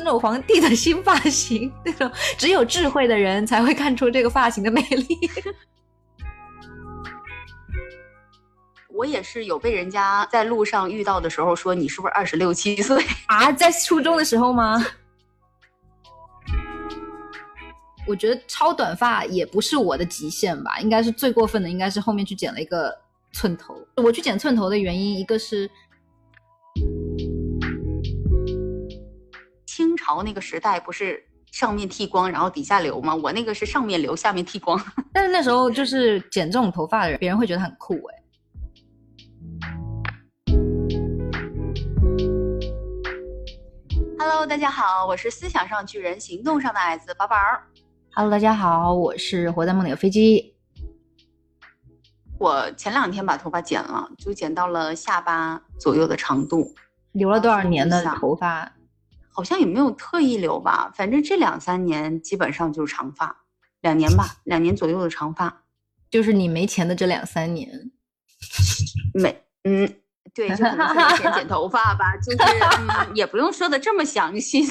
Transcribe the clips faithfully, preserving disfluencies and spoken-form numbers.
那种皇帝的新发型，那种只有智慧的人才会看出这个发型的魅力。 我也是有被人家在路上遇到的时候说你是不是二十六七岁啊？在初中的时候吗？我觉得超短发也不是我的极限吧，应该是最过分的应该是后面去剪了一个寸头。我去剪寸头的原因，一个是清朝那个时代不是上面剃光然后底下留吗？我那个是上面留下面剃光。 但是那时候就是剪这种头发的人，别人会觉得很酷哎、欸。 Hello， 大家好，我是思想上巨人，行动上的矮子宝宝。 Hello， 大家好，我是活在梦里的飞机。 我前两天把头发剪了，就剪到了下巴左右的长度。 留了多少年的头发？ 好像也没有特意留吧，反正这两三年基本上就是长发，两年吧，两年左右的长发。 就是你没钱的这两三年。 没，嗯，对，就可能是没钱剪头发吧，就是、嗯、也不用说的这么详细。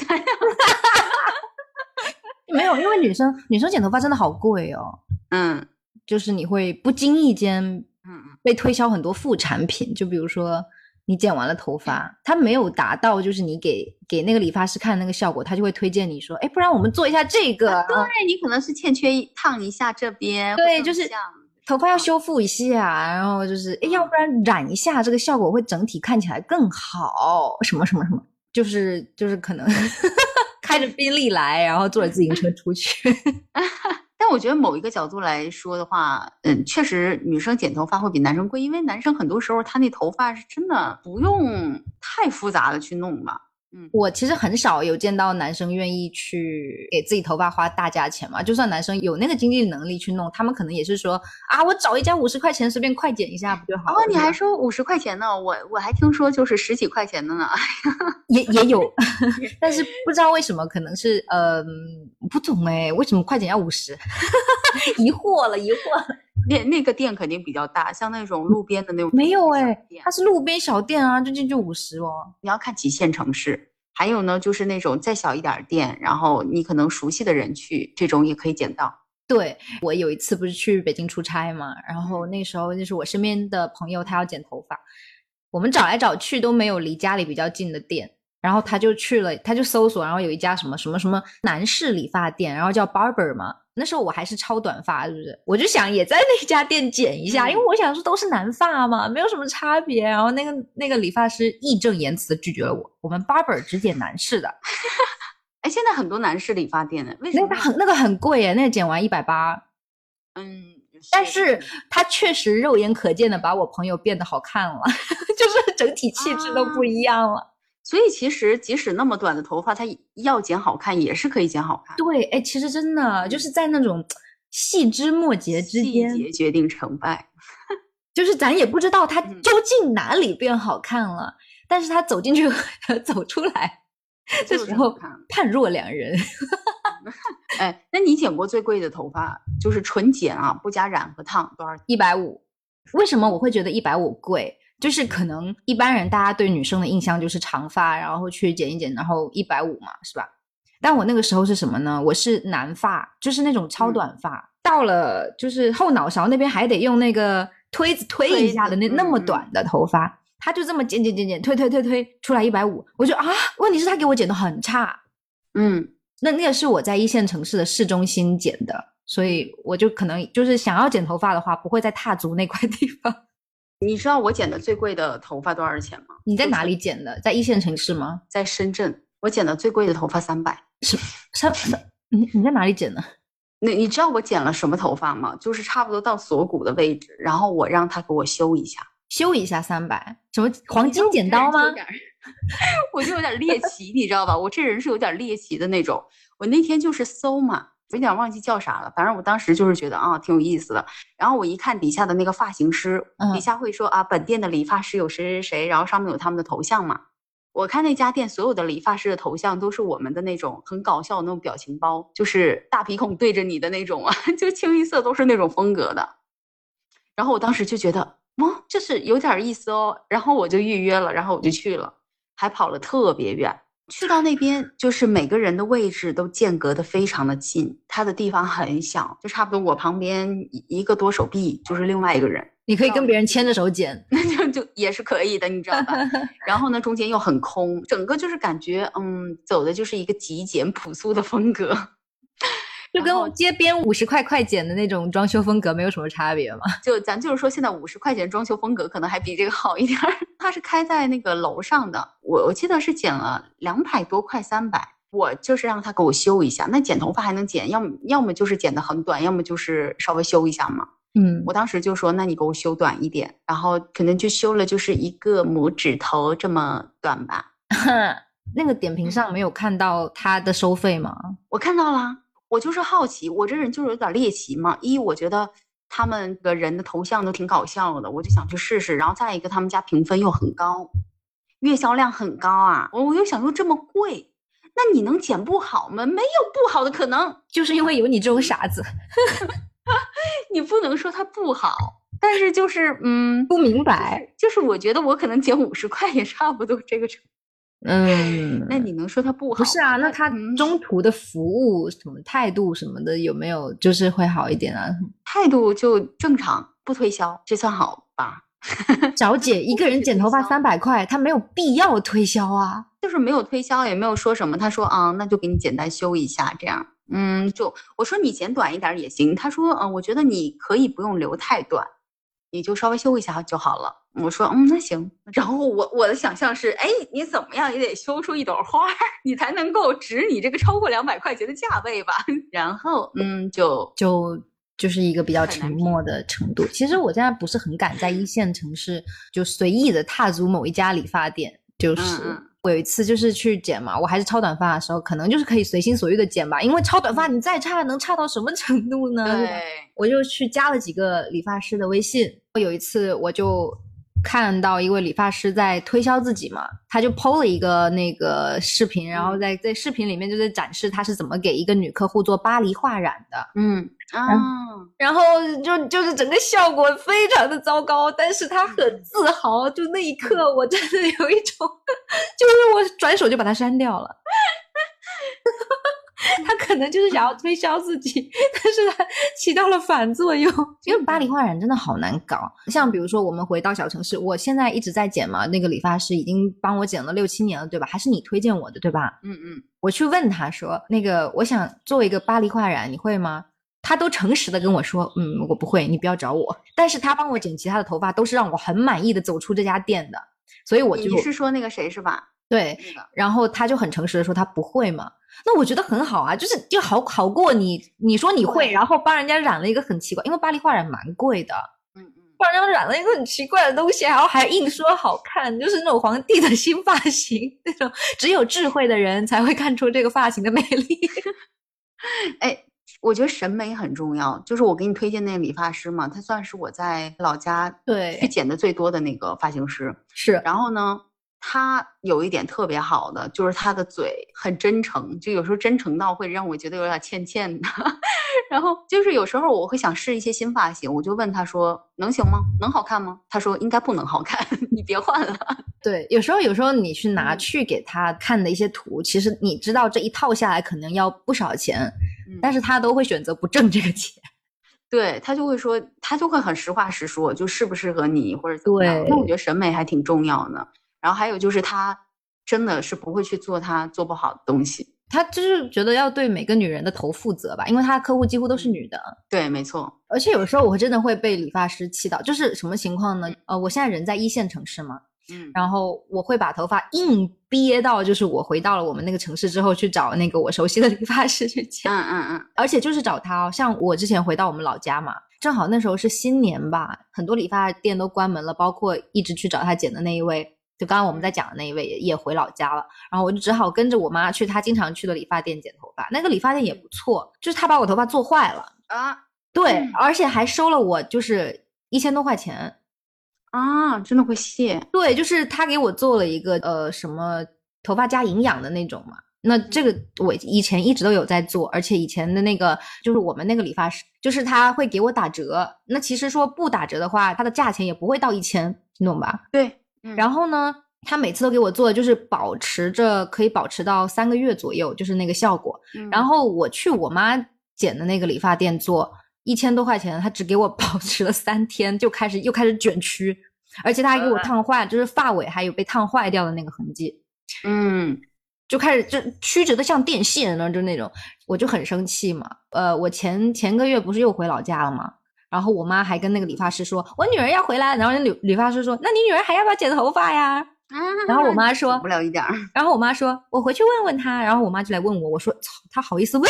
没有，因为女生女生剪头发真的好贵哦。 嗯， 就是你会不经意间嗯被推销很多副产品，就比如说你剪完了头发，它没有达到就是你给给那个理发师看那个效果，他就会推荐你说，哎，不然我们做一下这个。 啊、对，你可能是欠缺烫一下这边， 对，就是头发要修复一下，然后就是哎，要不然染一下，这个效果会整体看起来更好，什么什么什么，就是就是可能开着宾利来，然后坐着自行车出去。 但我觉得某一个角度来说的话，嗯，确实女生剪头发会比男生贵，因为男生很多时候他那头发是真的不用太复杂的去弄吧。嗯， 我其实很少有见到男生愿意去给自己头发花大价钱嘛，就算男生有那个经济能力去弄，他们可能也是说啊，我找一家五十块钱随便快剪一下不就好了。 哦，你还说五十块钱呢？我我还听说就是十几块钱的呢。 也也有，但是不知道为什么，可能是呃不懂哎，为什么快剪要五十？疑惑了，疑惑了。 那那个店肯定比较大，像那种路边的那种没有哎、欸，它是路边小店啊，就进去五十哦。 你要看几线城市，还有呢，就是那种再小一点店，然后你可能熟悉的人去，这种也可以捡到。 对，我有一次不是去北京出差嘛，然后那时候就是我身边的朋友他要剪头发，我们找来找去都没有离家里比较近的店，然后他就去了，他就搜索，然后有一家什么什么什么男士理发店，然后叫 Barber 嘛。那时候我还是超短发，是不是？我就想也在那家店剪一下，因为我想说都是男发嘛，没有什么差别。然后那个那个理发师义正言辞的拒绝了我，我们 barber 只剪男士的。 哎，现在很多男士理发店呢，为什么？ 那个很那个很贵耶，那个剪完一百八。 嗯， 但是他确实肉眼可见的把我朋友变得好看了，就是整体气质都不一样了。啊， 所以其实即使那么短的头发，它要剪好看也是可以剪好看。 对，哎，其实真的就是在那种细枝末节之间， 细节决定成败。 就是咱也不知道他究竟哪里变好看了，嗯、但是他走进去和走出来，这时候判若两人。 哎，那你剪过最贵的头发，就是纯剪啊，不加染和烫，多少钱？ 一百五。为什么我会觉得一百五贵？就是可能一般人大家对女生的印象就是长发，然后去剪一剪，然后一百五嘛，是吧？但我那个时候是什么呢？我是男发，就是那种超短发，嗯、到了就是后脑勺那边还得用那个推子推一下的那那么短的头发，嗯、他就这么剪剪剪剪推推推推出来一百五，我就啊，问题是他给我剪得很差， 嗯， 那那个是我在一线城市的市中心剪的，所以我就可能就是想要剪头发的话，不会再踏足那块地方。 你知道我剪的最贵的头发多少钱吗？ 你在哪里剪的？在一线城市吗？ 在深圳，我剪的最贵的头发三百。 是三三？你你在哪里剪的？ 你你知道我剪了什么头发吗？就是差不多到锁骨的位置，然后我让他给我修一下， 修一下三百，什么黄金剪刀吗？ 我就有点猎奇，你知道吧？我这人是有点猎奇的那种。我那天就是搜嘛。有点忘记叫啥了，反正我当时就是觉得啊挺有意思的。然后我一看底下的那个发型师，嗯、底下会说啊本店的理发师有谁谁谁，然后上面有他们的头像嘛。我看那家店所有的理发师的头像都是我们的那种很搞笑的那种表情包，就是大鼻孔对着你的那种啊，就清一色都是那种风格的。然后我当时就觉得哦，这是有点意思哦，然后我就预约了，然后我就去了，还跑了特别远。 去到那边，就是每个人的位置都间隔的非常的近，他的地方很小，就差不多我旁边一个多手臂就是另外一个人， 你可以跟别人牵着手剪， 那就就也是可以的，你知道吧？然后呢，中间又很空，整个就是感觉，嗯，走的就是一个极简朴素的风格。 就跟街边五十块快剪的那种装修风格没有什么差别嘛。 就咱就是说，现在五十块钱装修风格可能还比这个好一点。它是开在那个楼上的，我我记得是剪了两百多块三百，我就是让他给我修一下。那剪头发还能剪，要么要么就是剪得很短，要么就是稍微修一下嘛。 嗯， 我当时就说，那你给我修短一点，然后可能就修了就是一个拇指头这么短吧。 那个点评上没有看到他的收费吗？ 我看到了。我就是好奇，我这人就是有点猎奇嘛。一，我觉得他们的人的头像都挺搞笑的，我就想去试试。然后再一个，他们家评分又很高，月销量很高啊。我我又想说这么贵，那你能剪不好吗？没有不好的可能， 就是因为有你这种傻子。 你不能说它不好，但是就是嗯不明白， 就是、就是我觉得我可能剪五十块也差不多这个程度。 嗯， 那你能说它不好？ 不是啊，那他中途的服务、什么态度什么的有没有就是会好一点啊？ 态度就正常，不推销，这算好吧？ 小姐一个人剪头发三百块，他没有必要推销啊， 就是没有推销，也没有说什么。他说啊，那就给你简单修一下，这样，嗯，就我说你剪短一点也行。他说，嗯，我觉得你可以不用留太短。你就稍微修一下就好了。我说嗯，那行。然后我我的想象是，哎，你怎么样也得修出一朵花，你才能够值你这个超过两百块钱的价位吧。然后嗯，就就就是一个比较沉默的程度。其实我现在不是很敢在一线城市就随意的踏足某一家理发店，就是。嗯嗯我有一次就是去剪嘛，我还是超短发的时候，可能就是可以随心所欲的剪吧，因为超短发你再差能差到什么程度呢？ 对， 我就去加了几个理发师的微信。有一次我就看到一位理发师在推销自己嘛，他就 po 了一个那个视频，然后在在视频里面就在展示他是怎么给一个女客户做巴黎画染的。 嗯啊， 然后就就是整个效果非常的糟糕，但是他很自豪，就那一刻我真的有一种，就是我转手就把它删掉了。他可能就是想要推销自己，但是他起到了反作用。因为巴黎画染真的好难搞，像比如说我们回到小城市，我现在一直在剪嘛，那个理发师已经帮我剪了六七年了，对吧？还是你推荐我的，对吧？ 嗯嗯， 我去问他说，那个我想做一个巴黎画染，你会吗？他都诚实的跟我说，嗯，我不会，你不要找我。但是他帮我剪其他的头发，都是让我很满意的走出这家店的，所以我就你是说那个谁是吧？ 对，那个、然后他就很诚实的说他不会嘛。那我觉得很好啊，就是就好好过你你说你会，然后帮人家染了一个很奇怪，因为巴黎画染蛮贵的， 嗯嗯， 帮人家染了一个很奇怪的东西，然后还硬说好看，就是那种皇帝的新发型，那种只有智慧的人才会看出这个发型的魅力。 哎，我觉得审美很重要，就是我给你推荐那个理发师嘛，他算是我在老家对去剪的最多的那个发型师， 是， 然后呢。他有一点特别好的，就是他的嘴很真诚，就有时候真诚到会让我觉得有点欠欠的。然后就是有时候我会想试一些新发型，我就问他说能行吗？能好看吗？他说应该不能好看，你别换了。 对，有时候有时候你去拿去给他看的一些图，嗯、其实你知道这一套下来可能要不少钱，嗯、但是他都会选择不挣这个钱。 对，他就会说，他就会很实话实说，就适不适合你或者怎么样。那我觉得审美还挺重要的。然后还有就是他真的是不会去做他做不好的东西， 他就是觉得要对每个女人的头负责吧，因为他的客户几乎都是女的。 对，没错。 而且有时候我会真的会被理发师气到，就是什么情况呢？呃，我现在人在一线城市嘛，嗯，然后我会把头发硬憋到，就是我回到了我们那个城市之后去找那个我熟悉的理发师去剪， 嗯嗯嗯， 而且就是找他哦，像我之前回到我们老家嘛。正好那时候是新年吧，很多理发店都关门了，包括一直去找他剪的那一位，就刚刚我们在讲的那一位 也, 也回老家了，然后我就只好跟着我妈去他经常去的理发店剪头发。那个理发店也不错，就是他把我头发做坏了啊，对、嗯、而且还收了我就是一千多块钱啊，真的会谢。 对，就是他给我做了一个呃什么头发加营养的那种嘛，那这个我以前一直都有在做，而且以前的那个就是我们那个理发师，就是他会给我打折，那其实说不打折的话，它的价钱也不会到一千，你懂吧？ 对。 嗯、然后呢他每次都给我做的就是保持着可以保持到三个月左右，就是那个效果。 嗯、 然后我去我妈剪的那个理发店做，一千多块钱，他只给我保持了三天，就开始又开始卷曲，而且他还给我烫坏，就是发尾还有被烫坏掉的那个痕迹。 嗯， 就开始就曲折的像电线呢，就那种，我就很生气嘛。呃，我前前个月不是又回老家了吗？然后我妈还跟那个理发师说，我女儿要回来，然后那理理发师说，那你女儿还要不要剪头发呀？啊、然后我妈说不了一点儿， 然后我妈说，我回去问问她。然后我妈就来问我，我说，操，她好意思问？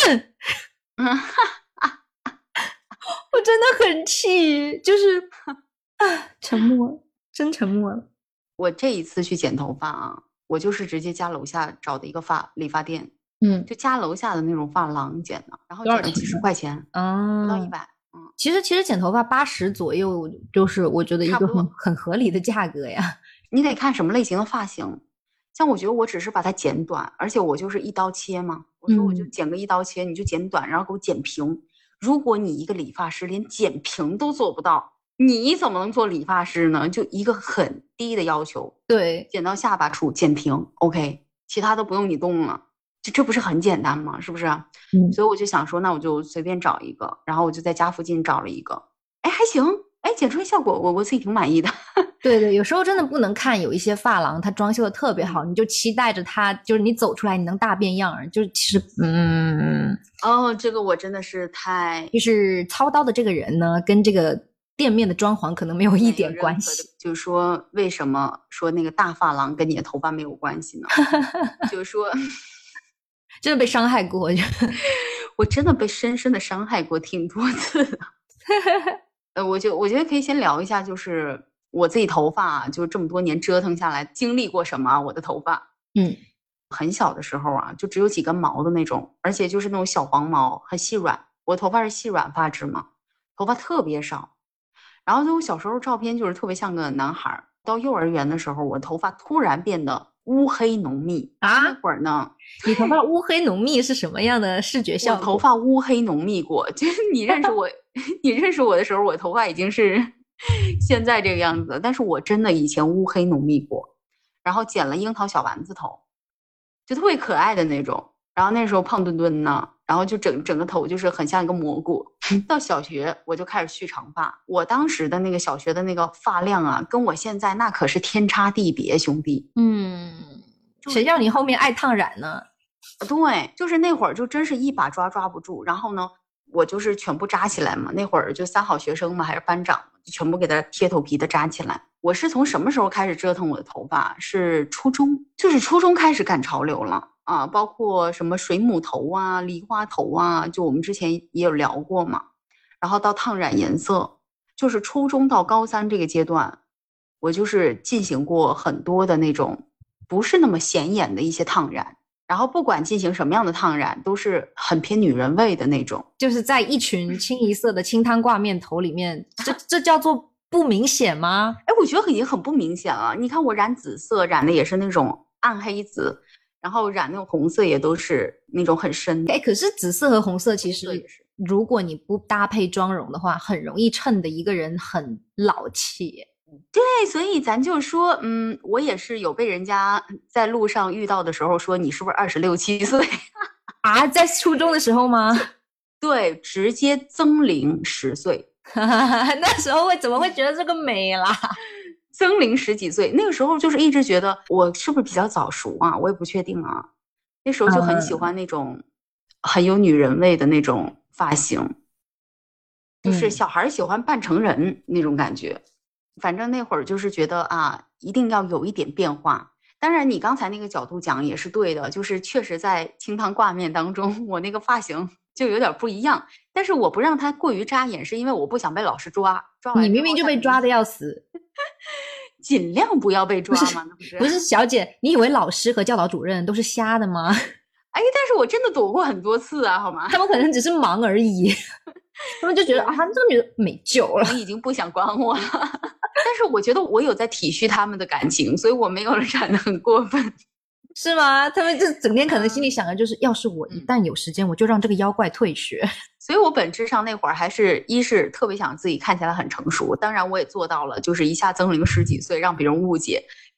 我真的很气，就是啊，沉默，真沉默了。 我这一次去剪头发啊，我就是直接家楼下找的一个发理发店， 嗯， 就家楼下的那种发廊剪的，然后剪了几十块钱， 啊， 不到一百。嗯， 其实其实剪头发八十左右，就是我觉得一个很很合理的价格呀。 你得看什么类型的发型，像我觉得我只是把它剪短，而且我就是一刀切嘛。我说我就剪个一刀切，嗯、你就剪短，然后给我剪平。如果你一个理发师连剪平都做不到，你怎么能做理发师呢？就一个很低的要求， 对， 剪到下巴处剪平 ，OK， 其他都不用你动了。就这不是很简单吗？是不是？嗯，所以我就想说，那我就随便找一个，然后我就在家附近找了一个，哎，还行，哎，剪出来效果我我自己挺满意的。 对对，有时候真的不能看有一些发廊，它装修的特别好，你就期待着它，就是你走出来你能大变样，就是其实嗯， 哦，这个我真的是太， 就是操刀的这个人呢，跟这个店面的装潢可能没有一点关系。 就是说，为什么说那个大发廊跟你的头发没有关系呢？就是说。 真的被伤害过， 我真的被深深的伤害过挺多次的。呃，我就我觉得可以先聊一下，就是我自己头发，就这么多年折腾下来，经历过什么？我的头发， 嗯， 很小的时候啊，就只有几根毛的那种，而且就是那种小黄毛，很细软。我头发是细软发质嘛，头发特别少。然后就我小时候照片就是特别像个男孩。到幼儿园的时候，我头发突然变得乌黑浓密啊！ 那会儿呢， 你头发乌黑浓密是什么样的视觉效果？ 我头发乌黑浓密过，就是你认识我，你认识我的时候，我头发已经是现在这个样子，但是我真的以前乌黑浓密过，然后剪了樱桃小丸子头，就特别可爱的那种。然后那时候胖墩墩呢，然后就整整个头就是很像一个蘑菇。到小学我就开始蓄长发，我当时的那个小学的那个发量啊，跟我现在那可是天差地别，兄弟。 嗯，谁叫你后面爱烫染呢？ 对，就是那会儿就真是一把抓抓不住。然后呢，我就是全部扎起来嘛，那会儿就三好学生嘛，还是班长，就全部给它贴头皮的扎起来。我是从什么时候开始折腾我的头发？是初中，就是初中开始赶潮流了。啊，包括什么水母头啊、梨花头啊，就我们之前也有聊过嘛。然后到烫染颜色，就是初中到高三这个阶段，我就是进行过很多的那种不是那么显眼的一些烫染。然后不管进行什么样的烫染，都是很偏女人味的那种。 就是在一群清一色的清汤挂面头里面，这这叫做不明显吗？ 哎，我觉得已经很不明显了。你看我染紫色，染的也是那种暗黑紫。然后染那种红色也都是那种很深的。 哎，可是紫色和红色其实如果你不搭配妆容的话，很容易衬得一个人很老气。 对，所以咱就说，嗯，我也是有被人家在路上遇到的时候说你是不是二十六七岁啊？在初中的时候吗？ 对，直接增龄十岁。 那时候会怎么会觉得这个美啦？ 增龄十几岁，那个时候就是一直觉得我是不是比较早熟啊？我也不确定啊。那时候就很喜欢那种很有女人味的那种发型，嗯、就是小孩喜欢扮成人那种感觉。反正那会儿就是觉得啊，一定要有一点变化。当然，你刚才那个角度讲也是对的，就是确实在清汤挂面当中，我那个发型就有点不一样。但是我不让它过于扎眼，是因为我不想被老师抓。抓完你明明就被抓的要死。 尽量不要被抓嘛， 不是不是，小姐，你以为老师和教导主任都是瞎的吗？ 哎，但是我真的躲过很多次啊，好吗？ 他们可能只是忙而已，他们就觉得啊，这个女的没救了， 你已经不想管我了。但是我觉得我有在体恤他们的感情，所以我没有染得很过分。 是吗？他们就整天可能心里想的就是，要是我一旦有时间，我就让这个妖怪退学。 所以我本质上那会儿还是一是特别想自己看起来很成熟，当然我也做到了，就是一下增龄十几岁让别人误解。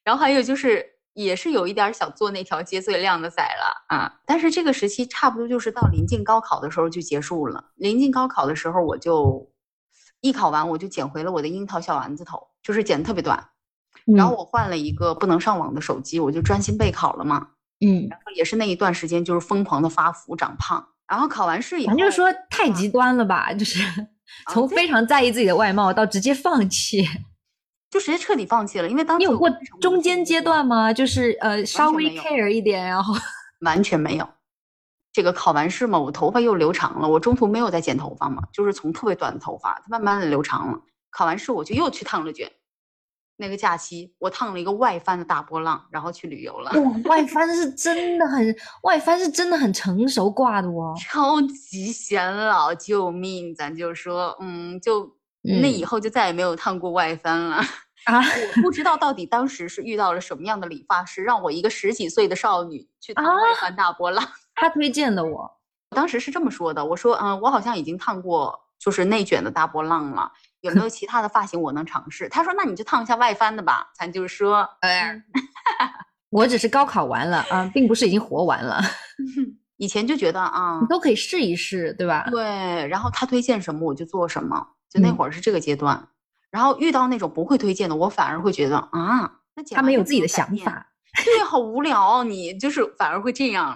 然后还有就是也是有一点想做那条街最靓的仔了啊。但是这个时期差不多就是到临近高考的时候就结束了。临近高考的时候，我就艺考完我就剪回了我的樱桃小丸子头，就是剪得特别短。然后我换了一个不能上网的手机，我就专心备考了嘛。 嗯， 然后也是那一段时间就是疯狂的发福长胖。然后考完试以后， 咱就是说太极端了吧，就是从非常在意自己的外貌到直接放弃。 就直接彻底放弃了，因为当时你有过中间阶段吗？就是呃稍微 care 一点，然后完全没有。这个考完试嘛，我头发又留长了，我中途没有再剪头发嘛，就是从特别短的头发，它慢慢的留长了。考完试我就又去烫了卷，那个假期我烫了一个外翻的大波浪，然后去旅游了。 哇，外翻是真的很，外翻是真的很成熟挂的哦， 超级显老，救命！咱就说，嗯，就、嗯、那以后就再也没有烫过外翻了。啊，我不知道到底当时是遇到了什么样的理发师，让我一个十几岁的少女去烫外翻大波浪。啊、 他推荐的我， 我当时是这么说的，我说，嗯，我好像已经烫过就是内卷的大波浪了，有没有其他的发型我能尝试？他说，那你就烫一下外翻的吧。咱就说， 哎，我只是高考完了啊，并不是已经活完了。 以前就觉得啊， 你都可以试一试，对吧？ 对，然后他推荐什么我就做什么，就那会儿是这个阶段。嗯、然后遇到那种不会推荐的，我反而会觉得啊，那他没有自己的想法， 对，好无聊、哦，你就是反而会这样，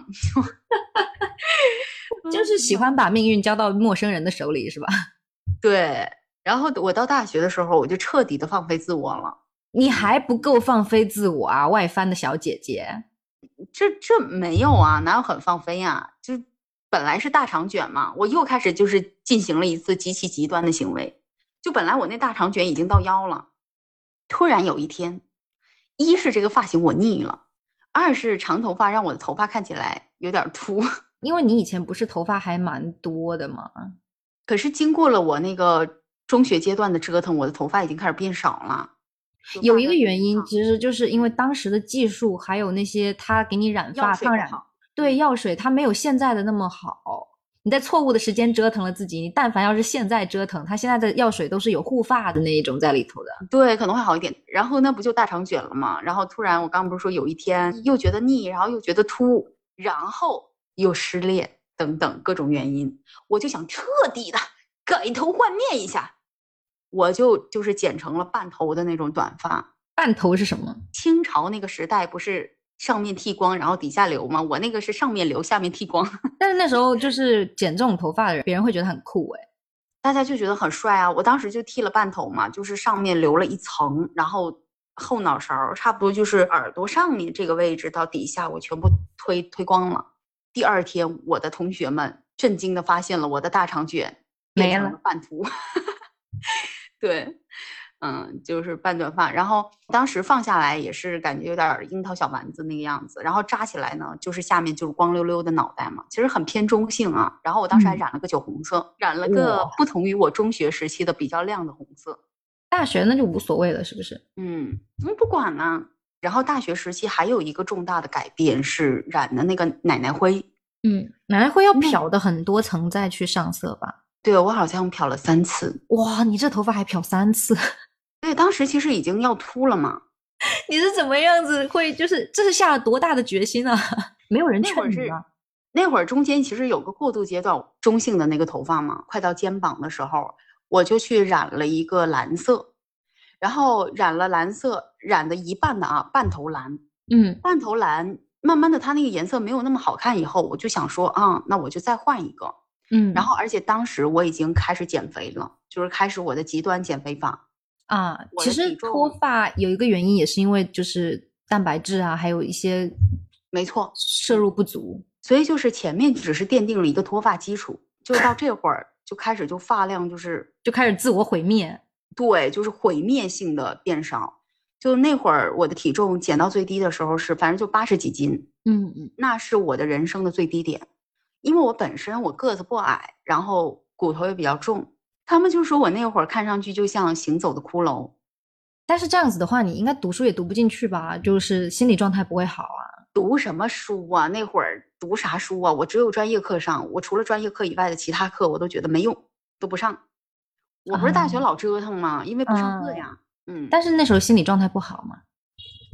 就是喜欢把命运交到陌生人的手里，是吧？ 对。然后我到大学的时候，我就彻底的放飞自我了。 你还不够放飞自我啊，外翻的小姐姐。 这这没有啊，哪有很放飞啊？就本来是大长卷嘛，我又开始就是进行了一次极其极端的行为。就本来我那大长卷已经到腰了，突然有一天，一是这个发型我腻了，二是长头发让我的头发看起来有点秃。 因为你以前不是头发还蛮多的嘛， 可是经过了我那个中学阶段的折腾，我的头发已经开始变少了。 有一个原因，其实就是因为当时的技术，还有那些他给你染发烫染，对药水，它没有现在的那么好。你在错误的时间折腾了自己，你但凡要是现在折腾，它现在的药水都是有护发的那一种在里头的， 对，可能会好一点。然后那不就大长卷了吗？然后突然我刚刚不是说有一天又觉得腻，然后又觉得秃，然后又失恋等等各种原因，我就想彻底的改头换面一下，我就就是剪成了半头的那种短发。 半头是什么？ 清朝那个时代不是上面剃光，然后底下留吗？我那个是上面留，下面剃光。 但是那时候就是剪这种头发的人，别人会觉得很酷哎， 大家就觉得很帅啊。我当时就剃了半头嘛，就是上面留了一层，然后后脑勺差不多就是耳朵上面这个位置到底下我全部推推光了。第二天，我的同学们震惊的发现了我的大长卷变成了半秃。对。嗯，就是半短发，然后当时放下来也是感觉有点樱桃小丸子那个样子，然后扎起来呢，就是下面就是光溜溜的脑袋嘛，其实很偏中性啊。然后我当时还染了个酒红色，嗯、染了个不同于我中学时期的比较亮的红色。 大学那就无所谓了，是不是？ 嗯，嗯，不管呢。然后大学时期还有一个重大的改变是染的那个奶奶灰。 嗯，奶奶灰要漂的很多层再去上色吧？ 对，我好像漂了三次。 哇，你这头发还漂三次？ 对，当时其实已经要秃了嘛。 你是怎么样子会就是这是下了多大的决心啊？没有人劝你吗？ 那会儿中间其实有个过渡阶段，中性的那个头发嘛，快到肩膀的时候，我就去染了一个蓝色，然后染了蓝色，染的一半的啊，半头蓝， 嗯， 半头蓝，慢慢的它那个颜色没有那么好看以后，我就想说啊，那我就再换一个， 嗯， 然后而且当时我已经开始减肥了，就是开始我的极端减肥法。 啊，其实脱发有一个原因也是因为就是蛋白质啊，还有一些没错摄入不足， 所以就是前面只是奠定了一个脱发基础，就到这会儿就开始就发量就是就开始自我毁灭， 对，就是毁灭性的变少。就那会儿我的体重减到最低的时候是反正就八十几斤， 嗯嗯， 那是我的人生的最低点，因为我本身我个子不矮，然后骨头也比较重。他们就说我那会儿看上去就像行走的骷髅， 但是这样子的话，你应该读书也读不进去吧？就是心理状态不会好啊。 读什么书啊？那会儿读啥书啊？我只有专业课上，我除了专业课以外的其他课我都觉得没用，都不上。我不是大学老折腾吗？嗯、因为不上课呀。嗯， 但是那时候心理状态不好嘛。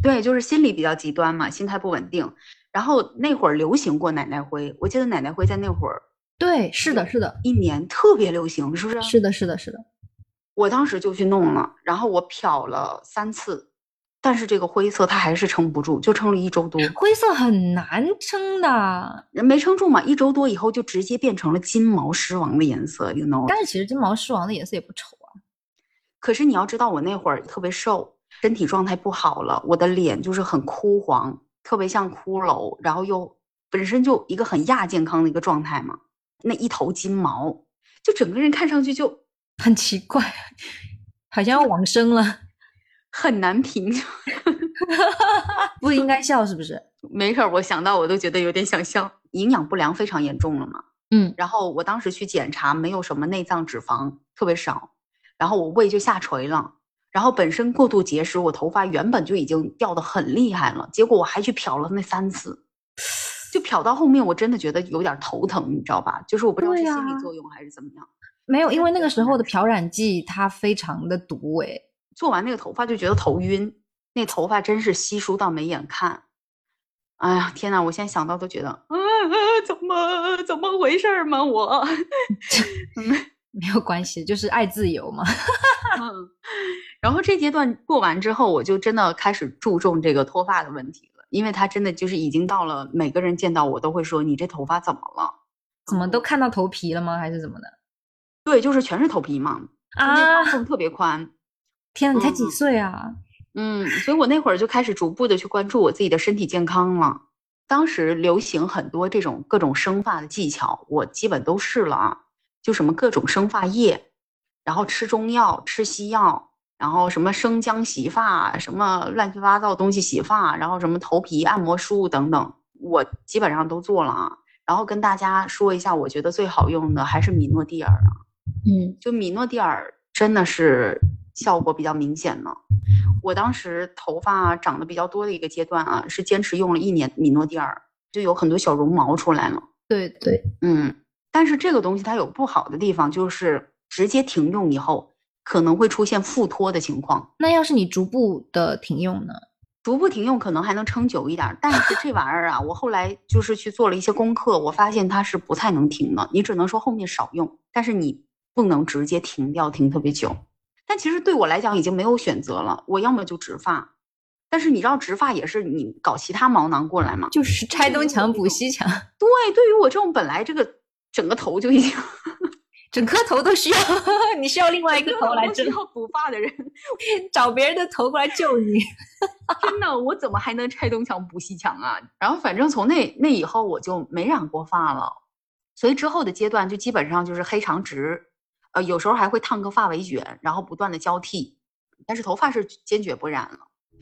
对，就是心理比较极端嘛，心态不稳定。然后那会儿流行过奶奶灰，我记得奶奶灰在那会儿， 对，是的，是的， 一年特别流行，是不是？ 是的，是的，是的。 我当时就去弄了，然后我漂了三次，但是这个灰色它还是撑不住，就撑了一周多。 灰色很难撑的， 人没撑住嘛，一周多以后就直接变成了金毛狮王的颜色 ，you know。 但是其实金毛狮王的颜色也不丑啊。 可是你要知道，我那会儿特别瘦，身体状态不好了，我的脸就是很枯黄，特别像骷髅，然后又本身就一个很亚健康的一个状态嘛，那一头金毛，就整个人看上去就很奇怪，好像要往生了， 很难评。 不应该笑是不是？ 没事，我想到我都觉得有点想笑。营养不良非常严重了嘛， 嗯， 然后我当时去检查，没有什么内脏脂肪，特别少，然后我胃就下垂了，然后本身过度节食，我头发原本就已经掉得很厉害了，结果我还去漂了那三次，就漂到后面我真的觉得有点头疼，你知道吧？就是我不知道是心理作用还是怎么样。 没有，因为那个时候的漂染剂它非常的毒诶， 做完那个头发就觉得头晕，那头发真是稀疏到没眼看。哎呀，天哪！我现在想到都觉得，啊，怎么怎么回事嘛？我没有关系，就是爱自由嘛。 嗯，然后这阶段过完之后，我就真的开始注重这个脱发的问题了，因为它真的就是已经到了每个人见到我都会说你这头发怎么了？ 怎么都看到头皮了吗？还是怎么的？ 对，就是全是头皮嘛， 啊， 发缝特别宽。 天，你才几岁啊？ 嗯，所以我那会儿就开始逐步的去关注我自己的身体健康了。当时流行很多这种各种生发的技巧，我基本都试了啊，就什么各种生发液，然后吃中药、吃西药，然后什么生姜洗发，什么乱七八糟的东西洗发，然后什么头皮按摩梳等等，我基本上都做了啊。然后跟大家说一下，我觉得最好用的还是米诺地尔啊。 嗯， 就米诺地尔真的是效果比较明显的。我当时头发长得比较多的一个阶段啊，是坚持用了一年米诺地尔，就有很多小绒毛出来了。 对对， 嗯，但是这个东西它有不好的地方，就是直接停用以后可能会出现复脱的情况。 那要是你逐步的停用呢？ 逐步停用可能还能撑久一点，但是这玩意儿啊，我后来就是去做了一些功课，我发现它是不太能停的。你只能说后面少用，但是你不能直接停掉，停特别久。但其实对我来讲已经没有选择了，我要么就植发，但是你知道植发也是你搞其他毛囊过来嘛， 就是拆东墙补西墙。 对，对于我这种本来这个整个头就已经整颗头都需要，你需要另外一个头来需要补发的人， 找别人的头过来救你。 真的，我怎么还能拆东墙补西墙啊？然后反正从那那以后我就没染过发了，所以之后的阶段就基本上就是黑长直，呃，有时候还会烫个发尾卷，然后不断的交替，但是头发是坚决不染了。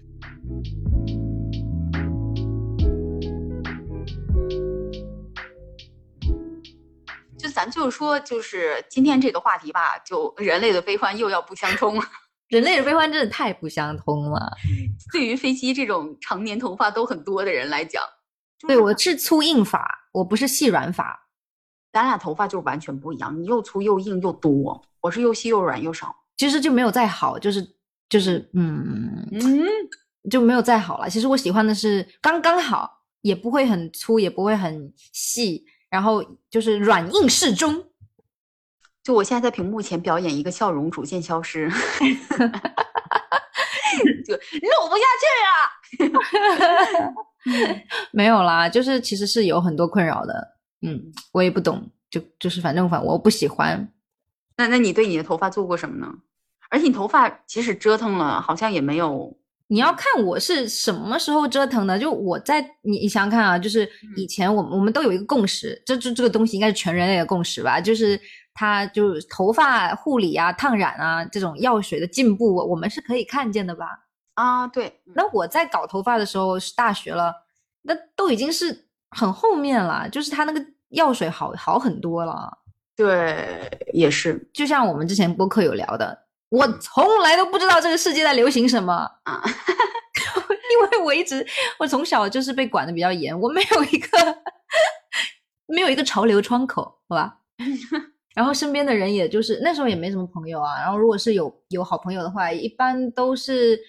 就咱就是说，就是今天这个话题吧，就人类的悲欢又要不相通了。 人类的悲欢真的太不相通了。 对于飞机这种常年头发都很多的人来讲， 对，我是粗硬发，我不是细软发。 咱俩头发就是完全不一样，你又粗又硬又多，我是又细又软又少。 其实就没有再好，就是就是嗯嗯， 就没有再好了。其实我喜欢的是刚刚好，也不会很粗，也不会很细，然后就是软硬适中。 就我现在在屏幕前表演一个笑容逐渐消失，就录不下去啊！ 没有啦，就是其实是有很多困扰的，嗯，我也不懂，就就是反正反我不喜欢。 那那你对你的头发做过什么呢？而且你头发即使折腾了，好像也没有。 你要看我是什么时候折腾的，就我在你你想想看啊，就是以前我们我们都有一个共识，这这这个东西应该是全人类的共识吧，就是它就是头发护理啊、烫染啊这种药水的进步，我们是可以看见的吧？ 啊，对。 那我在搞头发的时候是大学了，那都已经是很后面了，就是它那个药水好好很多了。 对，也是。 就像我们之前播客有聊的，我从来都不知道这个世界在流行什么啊， 因为我一直我从小就是被管的比较严，我没有一个没有一个潮流窗口，好吧？然后身边的人也就是那时候也没什么朋友啊，然后如果是有有好朋友的话，一般都是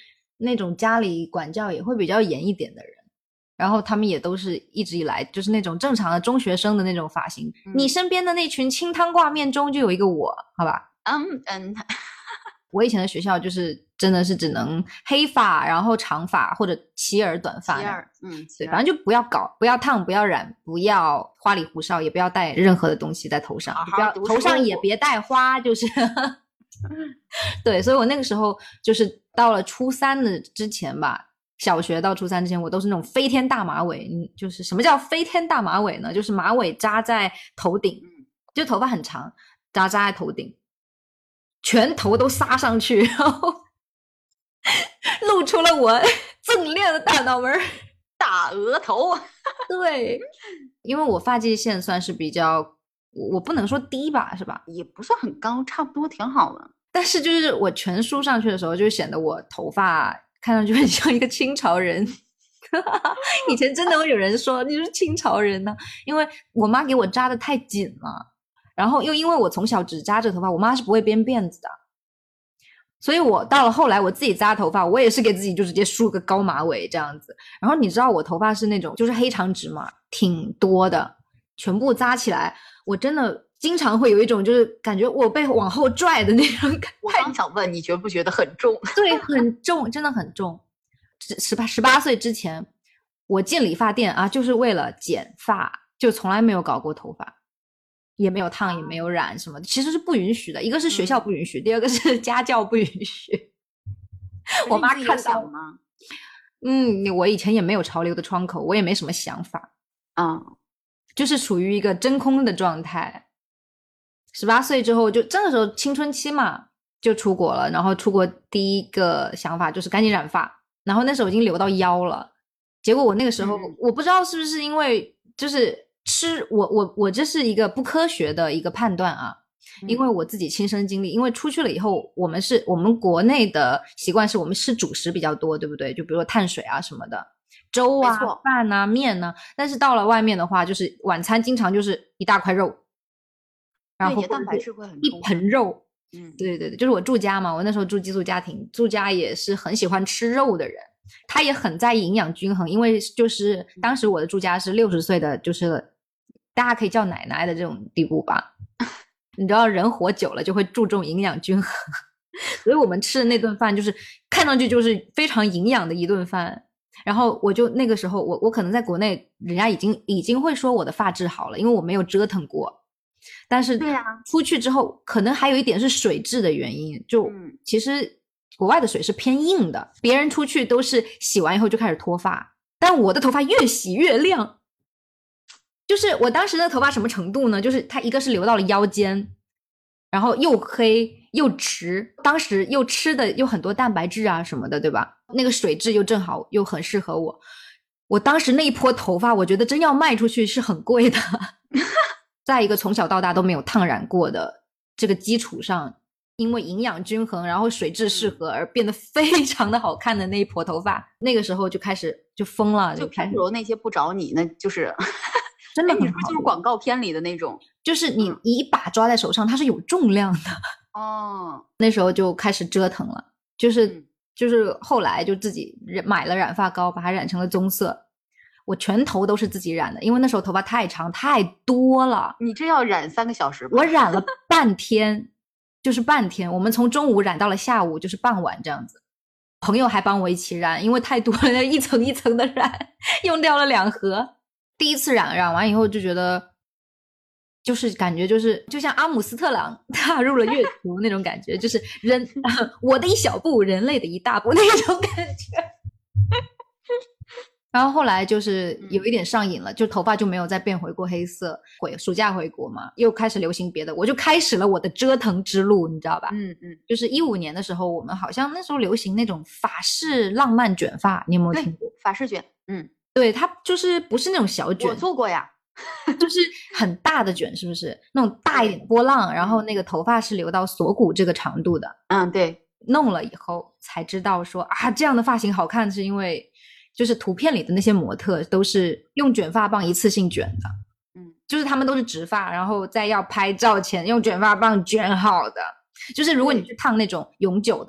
那种家里管教也会比较严一点的人，然后他们也都是一直以来就是那种正常的中学生的那种发型。嗯、你身边的那群清汤挂面中就有一个我，好吧？ 嗯嗯， 我以前的学校就是真的是只能黑发，然后长发或者齐耳短发。 齐耳，嗯， 对，反正就不要搞，不要烫，不要染，不要花里胡哨，也不要戴任何的东西在头上， 好好不要头上也别戴花，就是对，所以我那个时候就是到了初三的之前吧，小学到初三之前，我都是那种飞天大马尾。嗯，就是什么叫飞天大马尾呢？就是马尾扎在头顶，就头发很长，扎扎在头顶，全头都撒上去，然后露出了我锃亮的大脑门， 大额头。 对，因为我发际线算是比较，我不能说低吧，是吧？ 也不算很高，差不多挺好的。 但是就是我全梳上去的时候，就显得我头发看上去很像一个清朝人。以前真的会有人说你是清朝人呢、啊，因为我妈给我扎的太紧了，然后又因为我从小只扎着头发，我妈是不会编辫子的，所以我到了后来我自己扎头发，我也是给自己就直接梳个高马尾这样子。然后你知道我头发是那种就是黑长直嘛，挺多的，全部扎起来，我真的经常会有一种就是感觉我被往后拽的那种感觉。 我刚想问你觉不觉得很重？ 对，很重，真的很重。十八十八岁之前，我进理发店啊，就是为了剪发，就从来没有搞过头发，也没有烫，也没有染什么的，其实是不允许的。一个是学校不允许，嗯、第二个是家教不允许。我妈看到吗？ 嗯，我以前也没有潮流的窗口，我也没什么想法， 嗯， 就是处于一个真空的状态。十八岁之后，就这个时候青春期嘛，就出国了。然后出国第一个想法就是赶紧染发。然后那时候已经留到腰了，结果我那个时候、嗯、我不知道是不是因为就是吃我我我这是一个不科学的一个判断啊、嗯、因为我自己亲身经历，因为出去了以后我们是我们国内的习惯是我们吃主食比较多，对不对？就比如说碳水啊什么的，粥啊饭啊面啊，但是到了外面的话就是晚餐经常就是一大块肉，然后蛋白质会很一盆肉。 嗯， 对对对，就是我住家嘛，我那时候住寄宿家庭，住家也是很喜欢吃肉的人，他也很在意营养均衡，因为就是当时我的住家是六十岁的，就是大家可以叫奶奶的这种地步吧。你知道人活久了就会注重营养均衡，所以我们吃的那顿饭就是看上去就是非常营养的一顿饭。然后我就那个时候我我可能在国内人家已经已经会说我的发质好了，因为我没有折腾过。但是出去之后可能还有一点是水质的原因，就其实国外的水是偏硬的，别人出去都是洗完以后就开始脱发，但我的头发越洗越亮。就是我当时的头发什么程度呢，就是它一个是流到了腰间，然后又黑又直，当时又吃的又很多蛋白质啊什么的，对吧？那个水质又正好又很适合我，我当时那一波头发我觉得真要卖出去是很贵的。在一个从小到大都没有烫染过的这个基础上，因为营养均衡然后水质适合而变得非常的好看的那一坨头发，那个时候就开始就疯了， 就开始如那些不找你那就是真的很好、哎、 你是不是就是广告片里的那种， 就是你一把抓在手上它是有重量的哦。 那时候就开始折腾了，就是、嗯、就是后来就自己买了染发膏，把它染成了棕色。我全头都是自己染的，因为那时候头发太长太多了。 你这要染三个小时吧？ 我染了半天，就是半天。我们从中午染到了下午，就是傍晚这样子。朋友还帮我一起染，因为太多了，一层一层的染，用掉了两盒。第一次染，染完以后就觉得，就是感觉就是就像阿姆斯特朗踏入了月球那种感觉，就是人我的一小步，人类的一大步那种感觉。然后后来就是有一点上瘾了、嗯、就头发就没有再变回过黑色。回暑假回国嘛，又开始流行别的，我就开始了我的折腾之路，你知道吧？ 嗯嗯， 就是一五年的时候，我们好像那时候流行那种法式浪漫卷发，你有没有听过？ 法式卷，嗯， 对，它就是不是那种小卷， 我做过呀， 就是很大的卷，是不是？那种大一点的波浪，然后那个头发是留到锁骨这个长度的。 嗯，对， 弄了以后才知道说啊，这样的发型好看，是因为就是图片里的那些模特都是用卷发棒一次性卷的，嗯，就是他们都是直发，然后在要拍照前用卷发棒卷好的。就是如果你去烫那种永久的，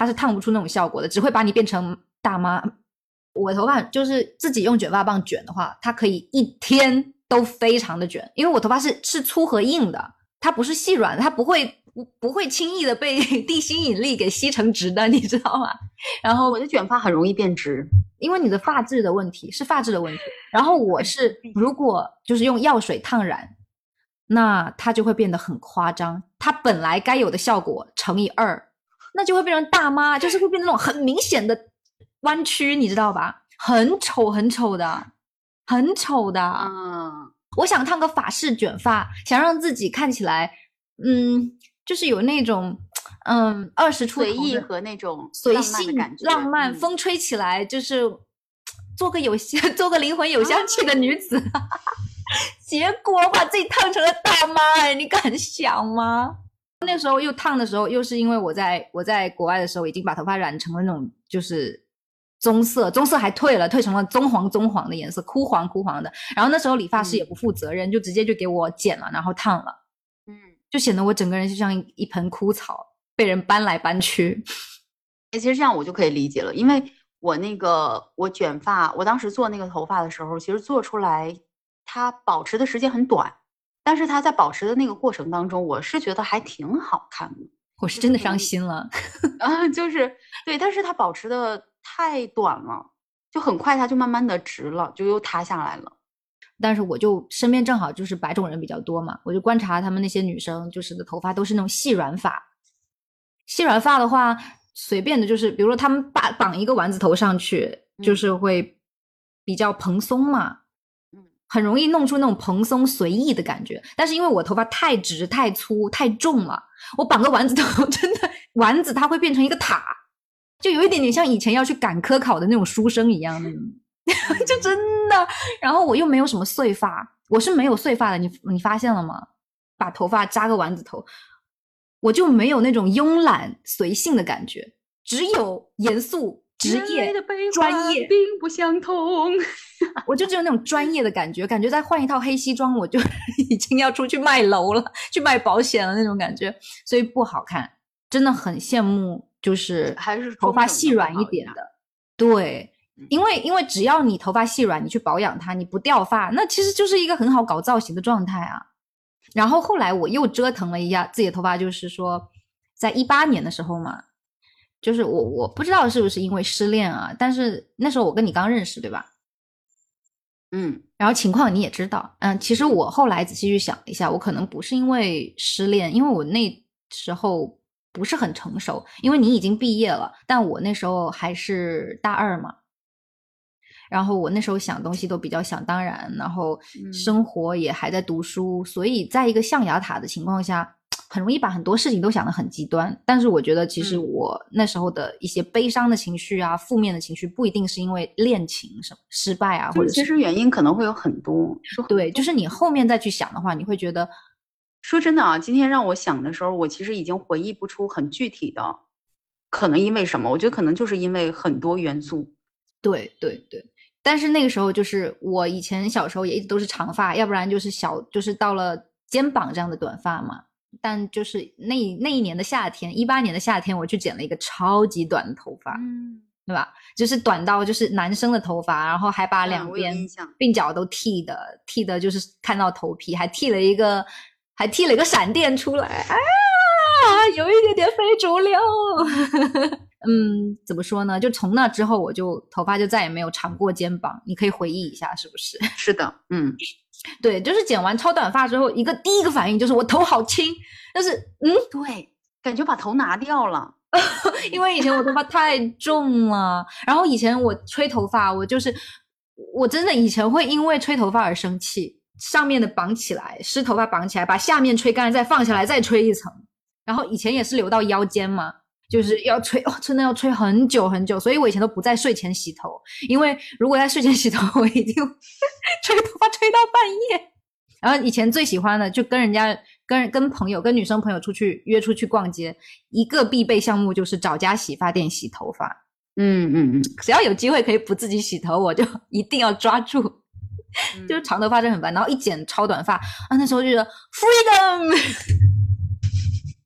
它是烫不出那种效果的，只会把你变成大妈。我头发就是自己用卷发棒卷的话，它可以一天都非常的卷，因为我头发是是粗和硬的，它不是细软的，它不会不不会轻易的被地心引力给吸成直的，你知道吗？然后我的卷发很容易变直， 因为你的发质的问题，是发质的问题。然后我是如果就是用药水烫染，那它就会变得很夸张，它本来该有的效果乘以二，那就会变成大妈，就是会变成那种很明显的弯曲，你知道吧？很丑很丑的，很丑的。 嗯， 我想烫个法式卷发，想让自己看起来嗯就是有那种嗯二十出头随意和那种随浪漫的性感觉， 浪漫、 嗯、 风吹起来就是做个有做个灵魂有香气的女子、啊、结果把自己烫成了大妈，哎，你敢想吗？那时候又烫的时候，又是因为我在我在国外的时候已经把头发染成了那种就是棕色，棕色还退了，退成了棕黄棕黄的颜色，枯黄枯黄的。然后那时候理发师也不负责任、嗯、就直接就给我剪了，然后烫了，嗯，就显得我整个人就像一盆枯草，被人搬来搬去。 其实这样我就可以理解了，因为我那个我卷发，我当时做那个头发的时候，其实做出来它保持的时间很短，但是它在保持的那个过程当中，我是觉得还挺好看的。 我是真的伤心了啊，就是对，但是它保持的太短了，就很快它就慢慢的直了，就又塌下来了。 但是我就身边正好就是白种人比较多嘛，我就观察他们那些女生，就是的头发都是那种细软发。细软发的话，随便的就是比如说他们绑绑一个丸子头上去，就是会比较蓬松嘛，嗯，很容易弄出那种蓬松随意的感觉。但是因为我头发太直太粗太重了，我绑个丸子头真的丸子它会变成一个塔，就有一点点像以前要去赶科考的那种书生一样的就真的。然后我又没有什么碎发，我是没有碎发的，你你发现了吗？把头发扎个丸子头，我就没有那种慵懒随性的感觉，只有严肃职业专业并不相同我就只有那种专业的感觉，感觉再换一套黑西装我就已经要出去卖楼了，去卖保险了那种感觉，所以不好看。真的很羡慕就是还是头发细软一点的。对，因为因为只要你头发细软，你去保养它，你不掉发，那其实就是一个很好搞造型的状态啊。然后后来我又折腾了一下自己的头发，就是说在一八年的时候嘛，就是我我不知道是不是因为失恋啊，但是那时候我跟你刚认识对吧？ 嗯， 然后情况你也知道，嗯，其实我后来仔细去想一下，我可能不是因为失恋，因为我那时候不是很成熟，因为你已经毕业了，但我那时候还是大二嘛。然后我那时候想东西都比较想当然，然后生活也还在读书、嗯、所以在一个象牙塔的情况下，很容易把很多事情都想得很极端。但是我觉得其实我那时候的一些悲伤的情绪啊、负面的情绪不一定是因为恋情什么失败啊，或者其实原因可能会有很多。 对，就是你后面再去想的话，你会觉得， 说真的啊，今天让我想的时候，我其实已经回忆不出很具体的可能因为什么，我觉得可能就是因为很多元素。 对对对，但是那个时候就是我以前小时候也一直都是长发，要不然就是小就是到了肩膀这样的短发嘛。但就是那那一年的夏天，一八年的夏天，我去剪了一个超级短的头发，嗯，对吧？就是短到就是男生的头发，然后还把两边鬓角都剃的、嗯、剃的，就是看到头皮，还剃了一个还剃了一个闪电出来，啊，有一点点非主流。嗯，怎么说呢？就从那之后，我就头发就再也没有长过肩膀。你可以回忆一下，是不是？ 是的，嗯， 对，就是剪完超短发之后，一个第一个反应就是我头好轻，但是嗯， 对，感觉把头拿掉了， 因为以前我头发太重了，然后以前我吹头发，我就是我真的以前会因为吹头发而生气，上面的绑起来，湿头发绑起来，把下面吹干，再放下来，再吹一层，然后以前也是留到腰间嘛。就是要吹哦，真的要吹很久很久，所以我以前都不在睡前洗头，因为如果在睡前洗头，我一定吹头发吹到半夜。然后以前最喜欢的就跟人家跟跟朋友跟女生朋友出去约出去逛街，一个必备项目就是找家洗发店洗头发。 嗯嗯嗯， 只要有机会可以不自己洗头，我就一定要抓住。嗯、就是长头发真的很烦，然后一剪超短发啊，那时候就觉得 freedom。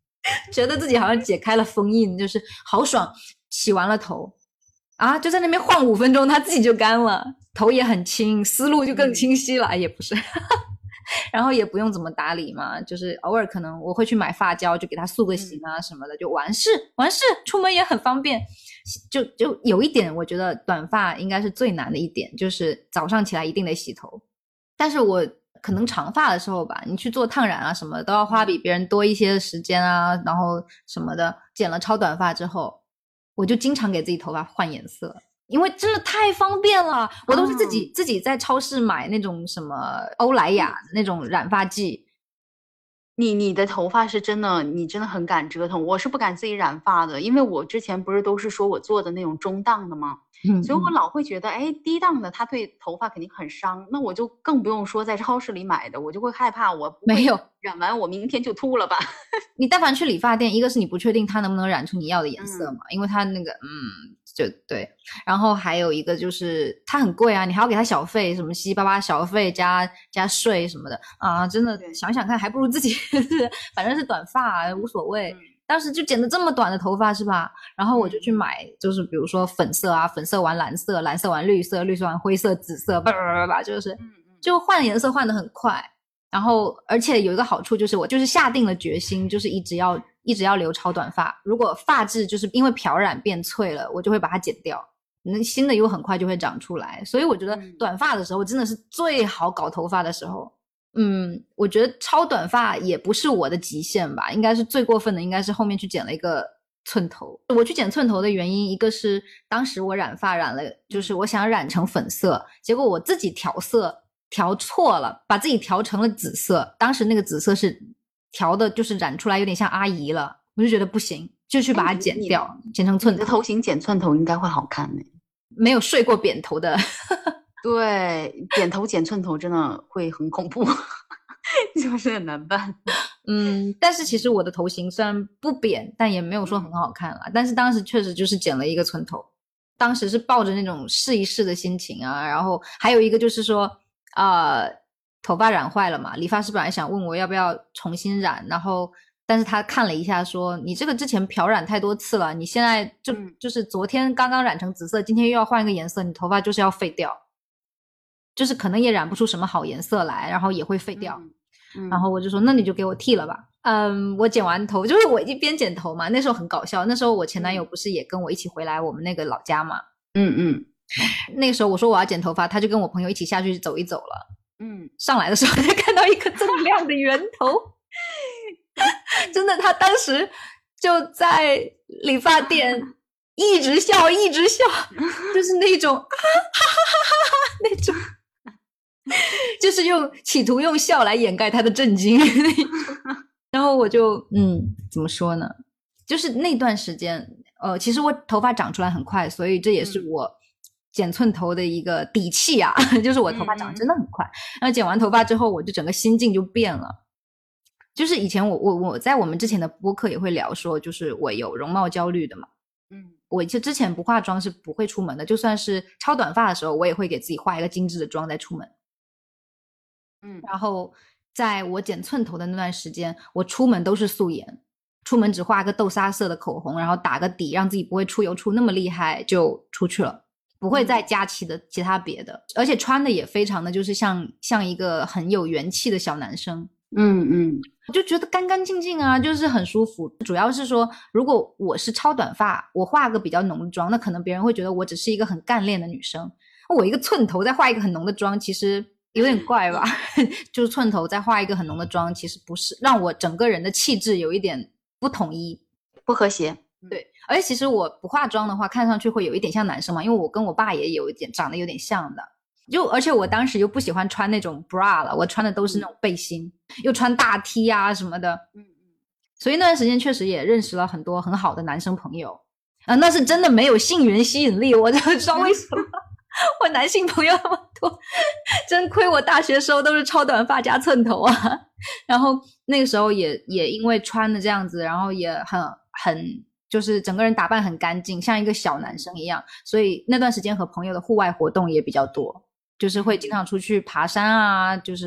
觉得自己好像解开了封印，就是好爽，洗完了头啊，就在那边晃五分钟，它自己就干了，头也很轻，思路就更清晰了，嗯、也不是。然后也不用怎么打理嘛，就是偶尔可能我会去买发胶，就给它塑个形啊什么的，就完事完事，出门也很方便。就就有一点，我觉得短发应该是最难的一点，就是早上起来一定得洗头。但是我可能长发的时候吧，你去做烫染啊什么的，都要花比别人多一些的时间啊，然后什么的。剪了超短发之后，我就经常给自己头发换颜色。因为真的太方便了，我都是自己、哦、自己在超市买那种什么欧莱雅那种染发剂。 你你的头发是真的，你真的很敢折腾。我是不敢自己染发的，因为我之前不是都是说我做的那种中档的吗？嗯，所以我老会觉得，哎，低档的它对头发肯定很伤，那我就更不用说在超市里买的，我就会害怕我不会没有染完我明天就秃了吧。 你但凡去理发店，一个是你不确定它能不能染出你要的颜色嘛，嗯、因为它那个嗯就对，然后还有一个就是它很贵啊，你还要给它小费，什么七七八八小费加加税什么的啊，真的想想看还不如自己反正是短发无所谓。嗯，当时就剪的这么短的头发是吧，然后我就去买就是比如说粉色啊，粉色完蓝色，蓝色完绿色，绿色完灰色，紫色叭叭叭叭，就是就换颜色换得很快。然后而且有一个好处就是我就是下定了决心，就是一直要一直要留超短发，如果发质就是因为漂染变脆了，我就会把它剪掉，那新的又很快就会长出来。所以我觉得短发的时候真的是最好搞头发的时候。嗯，我觉得超短发也不是我的极限吧，应该是最过分的应该是后面去剪了一个寸头。我去剪寸头的原因，一个是当时我染发染了，就是我想染成粉色，结果我自己调色调错了，把自己调成了紫色，当时那个紫色是调的就是染出来有点像阿姨了，我就觉得不行，就去把它剪掉，剪成寸头。 你的头型剪寸头应该会好看呢。 没有睡过扁头的对，扁头剪寸头真的会很恐怖就是很难办。 嗯，但是其实我的头型虽然不扁，但也没有说很好看啦、嗯、但是当时确实就是剪了一个寸头，当时是抱着那种试一试的心情啊。然后还有一个就是说呃，头发染坏了嘛，理发师本来想问我要不要重新染，然后但是他看了一下说你这个之前漂染太多次了，你现在就、嗯、就是昨天刚刚染成紫色，今天又要换一个颜色，你头发就是要废掉，就是可能也染不出什么好颜色来，然后也会废掉、嗯嗯、然后我就说那你就给我剃了吧。嗯，我剪完头就是我一边剪头嘛，那时候很搞笑，那时候我前男友不是也跟我一起回来我们那个老家嘛， 嗯嗯， 那个时候我说我要剪头发，他就跟我朋友一起下去走一走了。 嗯， 上来的时候他看到一个这么亮的圆头真的他当时就在理发店一直笑一直笑，就是那种啊哈哈哈哈哈那种就是用企图用笑来掩盖他的震惊那种。然后我就嗯怎么说呢，就是那段时间呃，其实我头发长出来很快，所以这也是我剪寸头的一个底气啊就是我头发长得真的很快、嗯、然后剪完头发之后我就整个心境就变了。就是以前我我我在我们之前的播客也会聊说，就是我有容貌焦虑的嘛，嗯，我就之前不化妆是不会出门的，就算是超短发的时候我也会给自己化一个精致的妆再出门。嗯，然后在我剪寸头的那段时间，我出门都是素颜，出门只画个豆沙色的口红，然后打个底让自己不会出油出那么厉害就出去了，不会再加其的其他别的，而且穿的也非常的就是像像一个很有元气的小男生。 嗯嗯， 我就觉得干干净净啊，就是很舒服。主要是说如果我是超短发，我化个比较浓的妆，那可能别人会觉得我只是一个很干练的女生，我一个寸头再化一个很浓的妆其实有点怪吧就是寸头再化一个很浓的妆其实不是让我整个人的气质有一点不统一不和谐。 对，而且其实我不化妆的话看上去会有一点像男生嘛，因为我跟我爸也有一点长得有点像的，就而且我当时又不喜欢穿那种 bra 了，我穿的都是那种背心、嗯、又穿大 T 啊什么的。嗯嗯，所以那段时间确实也认识了很多很好的男生朋友啊，那是真的没有性缘吸引力，我就知道为什么我男性朋友那么多，真亏我大学时候都是超短发加寸头啊。然后那个时候也也因为穿的这样子，然后也很很就是整个人打扮很干净，像一个小男生一样，所以那段时间和朋友的户外活动也比较多，就是会经常出去爬山啊，就是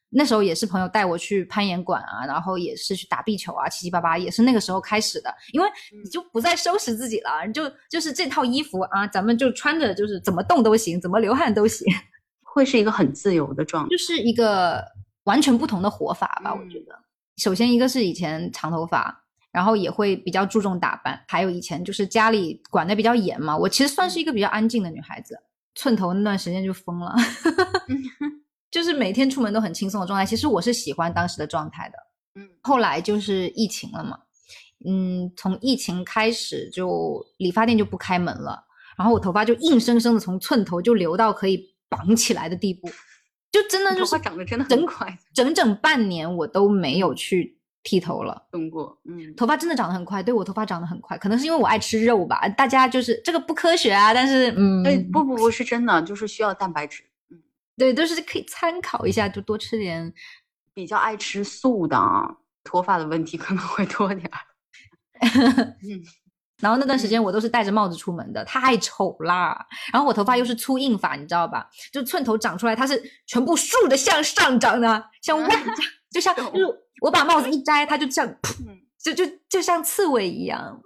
那时候也是朋友带我去攀岩馆啊，然后也是去打壁球啊，七七八八也是那个时候开始的。因为你就不再收拾自己了，你就就是这套衣服啊，咱们就穿着，就是怎么动都行，怎么流汗都行， 会是一个很自由的状态， 就是一个完全不同的活法吧。 嗯、 我觉得，首先一个是以前长头发，然后也会比较注重打扮，还有以前就是家里管得比较严嘛，我其实算是一个比较安静的女孩子，寸头那段时间就疯了。就是每天出门都很轻松的状态，其实我是喜欢当时的状态的。 嗯， 后来就是疫情了嘛，嗯，从疫情开始就理发店就不开门了，然后我头发就硬生生的从寸头就留到可以绑起来的地步，就真的就是头发长得真的很快， 整整半年我都没有去剃头了。 动过，嗯， 头发真的长得很快，对，我头发长得很快，可能是因为我爱吃肉吧。大家就是这个不科学啊，但是嗯， 对，不不不是真的，就是需要蛋白质。 对，都是可以参考一下，就多吃点。 比较爱吃素的啊，脱发的问题可能会多点儿。 嗯，然后那段时间我都是戴着帽子出门的，太丑啦。然后我头发又是粗硬发，你知道吧？就寸头长出来，它是全部竖的向上长的，像万丈，就像就是我把帽子一摘，它就这样，就就就像刺猬一样。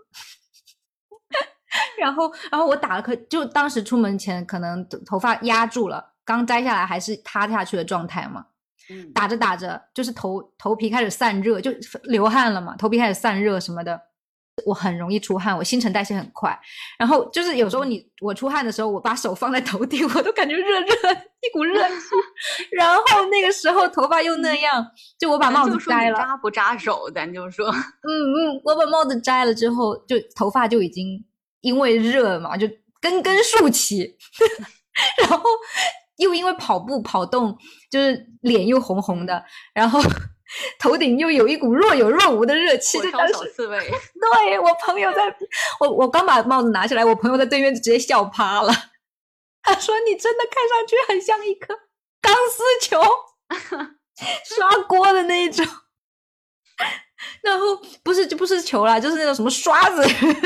然后，然后我打了可就当时出门前可能头发压住了。刚摘下来还是塌下去的状态嘛，嗯，打着打着就是头头皮开始散热，就流汗了嘛，头皮开始散热什么的。我很容易出汗，我新陈代谢很快，然后就是有时候你我出汗的时候，我把手放在头顶，我都感觉热热一股热气。然后那个时候头发又那样，就我把帽子摘了， 扎不扎手，咱就说， 嗯嗯，我把帽子摘了之后，就头发就已经因为热嘛，就根根竖起，然后。又因为跑步跑动，就是脸又红红的，然后头顶又有一股若有若无的热气， 火烧小刺猬。 对，我朋友在，我我刚把帽子拿下来，我朋友在对面就直接笑趴了。他说：“你真的看上去很像一颗钢丝球，刷锅的那一种。”然后不是就不是球啦，就是那种什么刷子。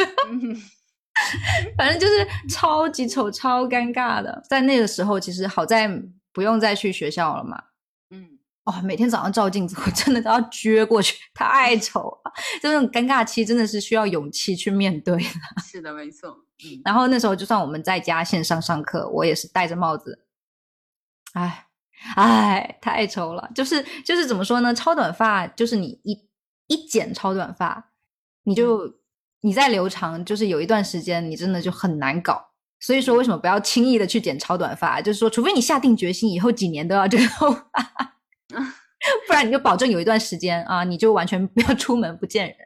反正就是超级丑超尴尬的。在那个时候其实好在不用再去学校了嘛，嗯，哦，每天早上照镜子我真的都要撅过去，太丑了。就那种尴尬期真的是需要勇气去面对的。 是的，没错。 嗯，然后那时候就算我们在家线上上课，我也是戴着帽子，哎哎，太丑了。就是就是怎么说呢，超短发就是你一一剪超短发你就、嗯你再留长，就是有一段时间你真的就很难搞。所以说为什么不要轻易的去剪超短发，就是说除非你下定决心以后几年都要这个头发，不然你就保证有一段时间啊，你就完全不要出门不见人。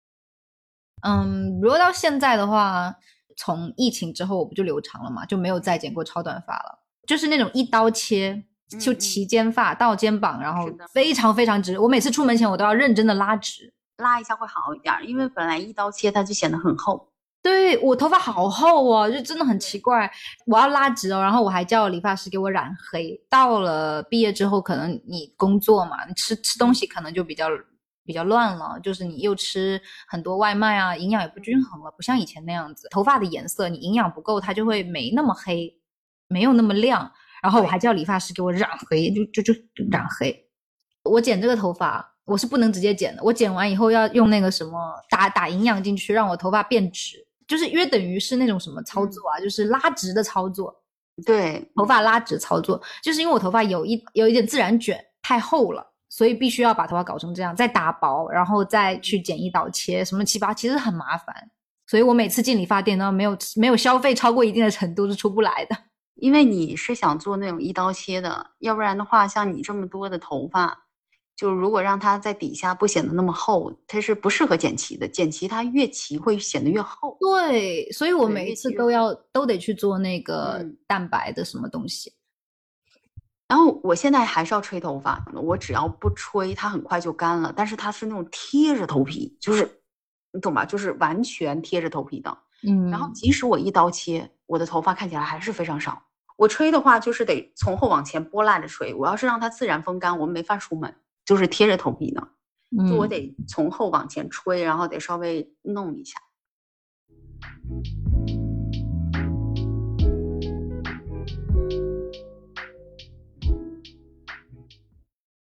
嗯，如果到现在的话，从疫情之后我不就留长了嘛，就没有再剪过超短发了，就是那种一刀切，就齐肩发到肩膀，然后非常非常直。我每次出门前我都要认真的拉直， 拉一下会好一点，因为本来一刀切它就显得很厚。 对，我头发好厚哦，就真的很奇怪。我要拉直哦，然后我还叫理发师给我染黑。到了毕业之后，可能你工作嘛，你吃吃东西可能就比较比较乱了，就是你又吃很多外卖啊，营养也不均衡了，不像以前那样子。头发的颜色你营养不够，它就会没那么黑，没有那么亮。然后我还叫理发师给我染黑，就就就染黑。我剪这个头发。我是不能直接剪的，我剪完以后要用那个什么打打营养进去，让我头发变直，就是约等于是那种什么操作啊，嗯、就是拉直的操作。 对， 头发拉直操作，就是因为我头发有一有一点自然卷，太厚了，所以必须要把头发搞成这样，再打薄，然后再去剪一刀切，什么七八，其实很麻烦。所以我每次进理发店呢，没有没有消费超过一定的程度是出不来的。 因为你是想做那种一刀切的，要不然的话，像你这么多的头发。就如果让它在底下不显得那么厚，它是不适合剪齐的。剪齐它越齐会显得越厚。 对，所以我每一次都要都得去做那个蛋白的什么东西。 嗯、然后我现在还是要吹头发，我只要不吹，它很快就干了。但是它是那种贴着头皮，就是你懂吧？就是完全贴着头皮的。嗯。然后即使我一刀切，我的头发看起来还是非常少。我吹的话，就是得从后往前拨拉着吹。我要是让它自然风干，我们没法出门。就是贴着头皮呢，就我得从后往前吹，然后得稍微弄一下。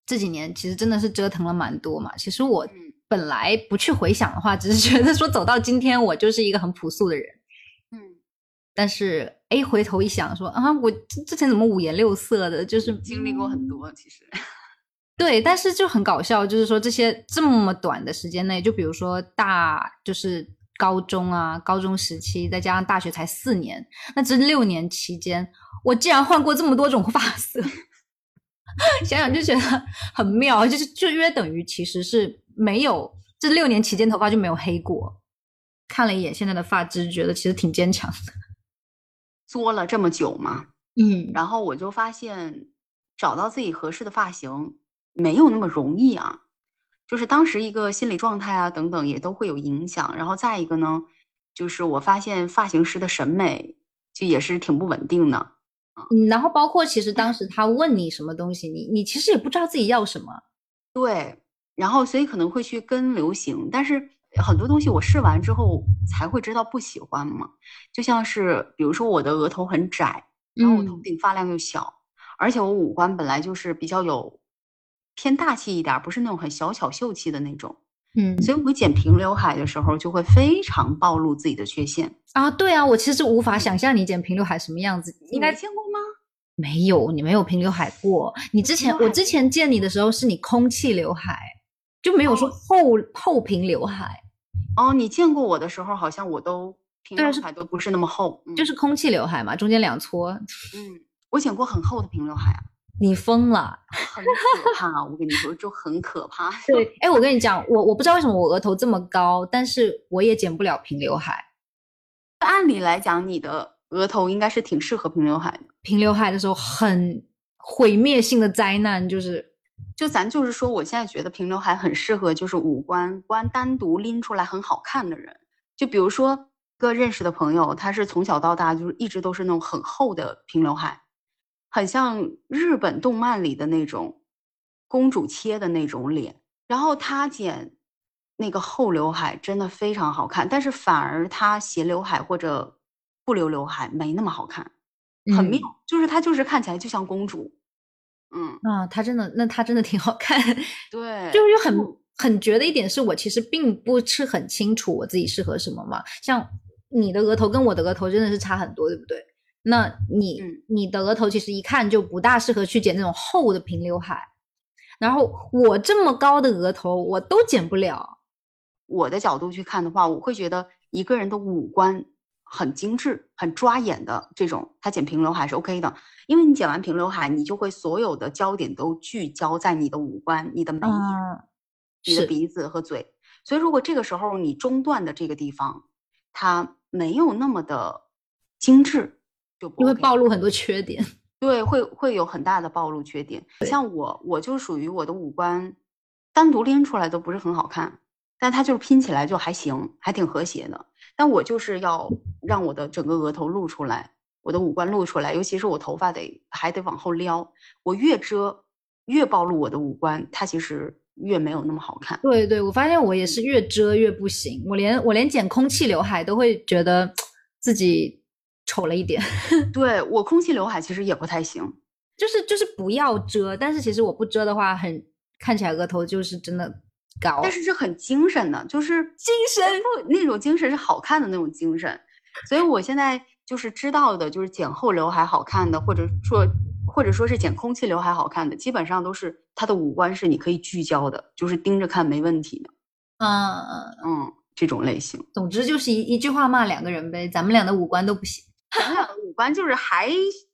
这几年其实真的是折腾了蛮多嘛。其实我嗯本来不去回想的话，只是觉得说走到今天，我就是一个很朴素的人。 嗯， 但是哎，回头一想说啊，我之前怎么五颜六色的，就是经历过很多，其实。 对，但是就很搞笑，就是说这些这么短的时间内，就比如说大就是高中啊，高中时期，再加上大学才四年，那这六年期间，我竟然换过这么多种发色，想想就觉得很妙，就是就约等于其实是没有这六年期间头发就没有黑过。看了一眼现在的发质，觉得其实挺坚强的。 作了这么久嘛， 嗯， 然后我就发现找到自己合适的发型没有那么容易啊，就是当时一个心理状态啊等等也都会有影响。然后再一个呢，就是我发现发型师的审美就也是挺不稳定的。 嗯，然后包括其实当时他问你什么东西，你你其实也不知道自己要什么。 对，然后所以可能会去跟流行，但是很多东西我试完之后才会知道不喜欢嘛。就像是比如说我的额头很窄，然后我头嗯顶发量又小，而且我五官本来就是比较有偏大气一点，不是那种很小巧秀气的那种， 嗯。 所以我剪平刘海的时候就会非常暴露自己的缺陷。 啊，对啊，我其实无法想象你剪平刘海什么样子， 你应该没见过吗？ 没有，你没有平刘海过。你之前， 平刘海我之前见你的时候是你空气刘海，就没有说哦后后平刘海， 哦，你见过我的时候，好像我都平对啊， 刘是海都不是那么厚，嗯就是空气刘海嘛，中间两撮。 嗯，我剪过很厚的平刘海啊。 你疯了？ 很可怕，我跟你说，就很可怕。 对，哎，我跟你讲，我我不知道为什么我额头这么高，但是我也剪不了平刘海。 按理来讲，你的额头应该是挺适合平刘海的。 平刘海的时候很毁灭性的灾难，就是就咱就是说，我现在觉得平刘海很适合，就是五官光单独拎出来很好看的人。就比如说，个认识的朋友，他是从小到大就是一直都是那种很厚的平刘海，很像日本动漫里的那种公主切的那种脸。然后他剪那个厚刘海真的非常好看，但是反而他斜刘海或者不留刘海没那么好看，很妙， 嗯就是他就是看起来就像公主。嗯， 啊，他真的，那他真的挺好看， 对， 就是很就很绝的一点是我其实并不是很清楚我自己适合什么嘛。像你的额头跟我的额头真的是差很多，对不对？那你、 嗯你的额头其实一看就不大适合去剪那种厚的平刘海，然后我这么高的额头我都剪不了。 我的角度去看的话，我会觉得一个人的五官很精致、很抓眼的这种，他剪平刘海是 OK 的，因为你剪完平刘海，你就会所有的焦点都聚焦在你的五官、你的眉眼、 嗯，是你的鼻子和嘴。所以，如果这个时候你中段的这个地方，它没有那么的精致，就不就会 OK。 暴露很多缺点。 对，会会有很大的暴露缺点。像我，我就属于我的五官单独拎出来都不是很好看，但它就是拼起来就还行，还挺和谐的。但我就是要让我的整个额头露出来，我的五官露出来，尤其是我头发得还得往后撩，我越遮越暴露我的五官，它其实越没有那么好看。 对对，我发现我也是越遮越不行，我连我连剪空气刘海都会觉得自己丑了一点。 对，我空气刘海其实也不太行。 就是就是不要遮，但是其实我不遮的话，很看起来额头就是真的高， 但是是很精神的，就是精神不那种精神是好看的那种精神。所以我现在就是知道的，就是剪厚刘海好看的，或者说或者说是剪空气刘海好看的，基本上都是它的五官是你可以聚焦的，就是盯着看没问题的。 嗯， 嗯，这种类型， 总之就是一一句话骂两个人呗，咱们俩的五官都不行。 咱俩的五官就是还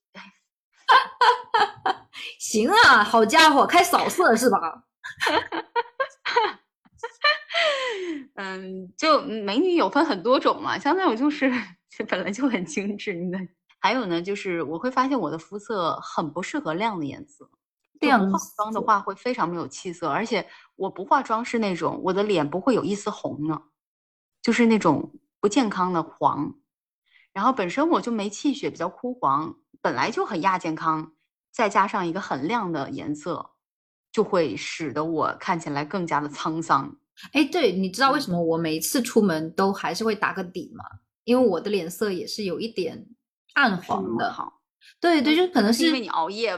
行啊，好家伙，开扫色是吧？ 嗯，就美女有分很多种嘛，像那种就是本来就很精致的。还有呢，就是我会发现我的肤色很不适合亮的颜色，就不化妆的话会非常没有气色，而且我不化妆是那种我的脸不会有一丝红的，就是那种不健康的黄。然后本身我就没气血，比较枯黄，本来就很亚健康，再加上一个很亮的颜色，就会使得我看起来更加的沧桑。 哎，对，你知道为什么我每一次出门都还是会打个底吗？因为我的脸色也是有一点暗黄的。 好， 对对，就可能是因为你熬夜吧。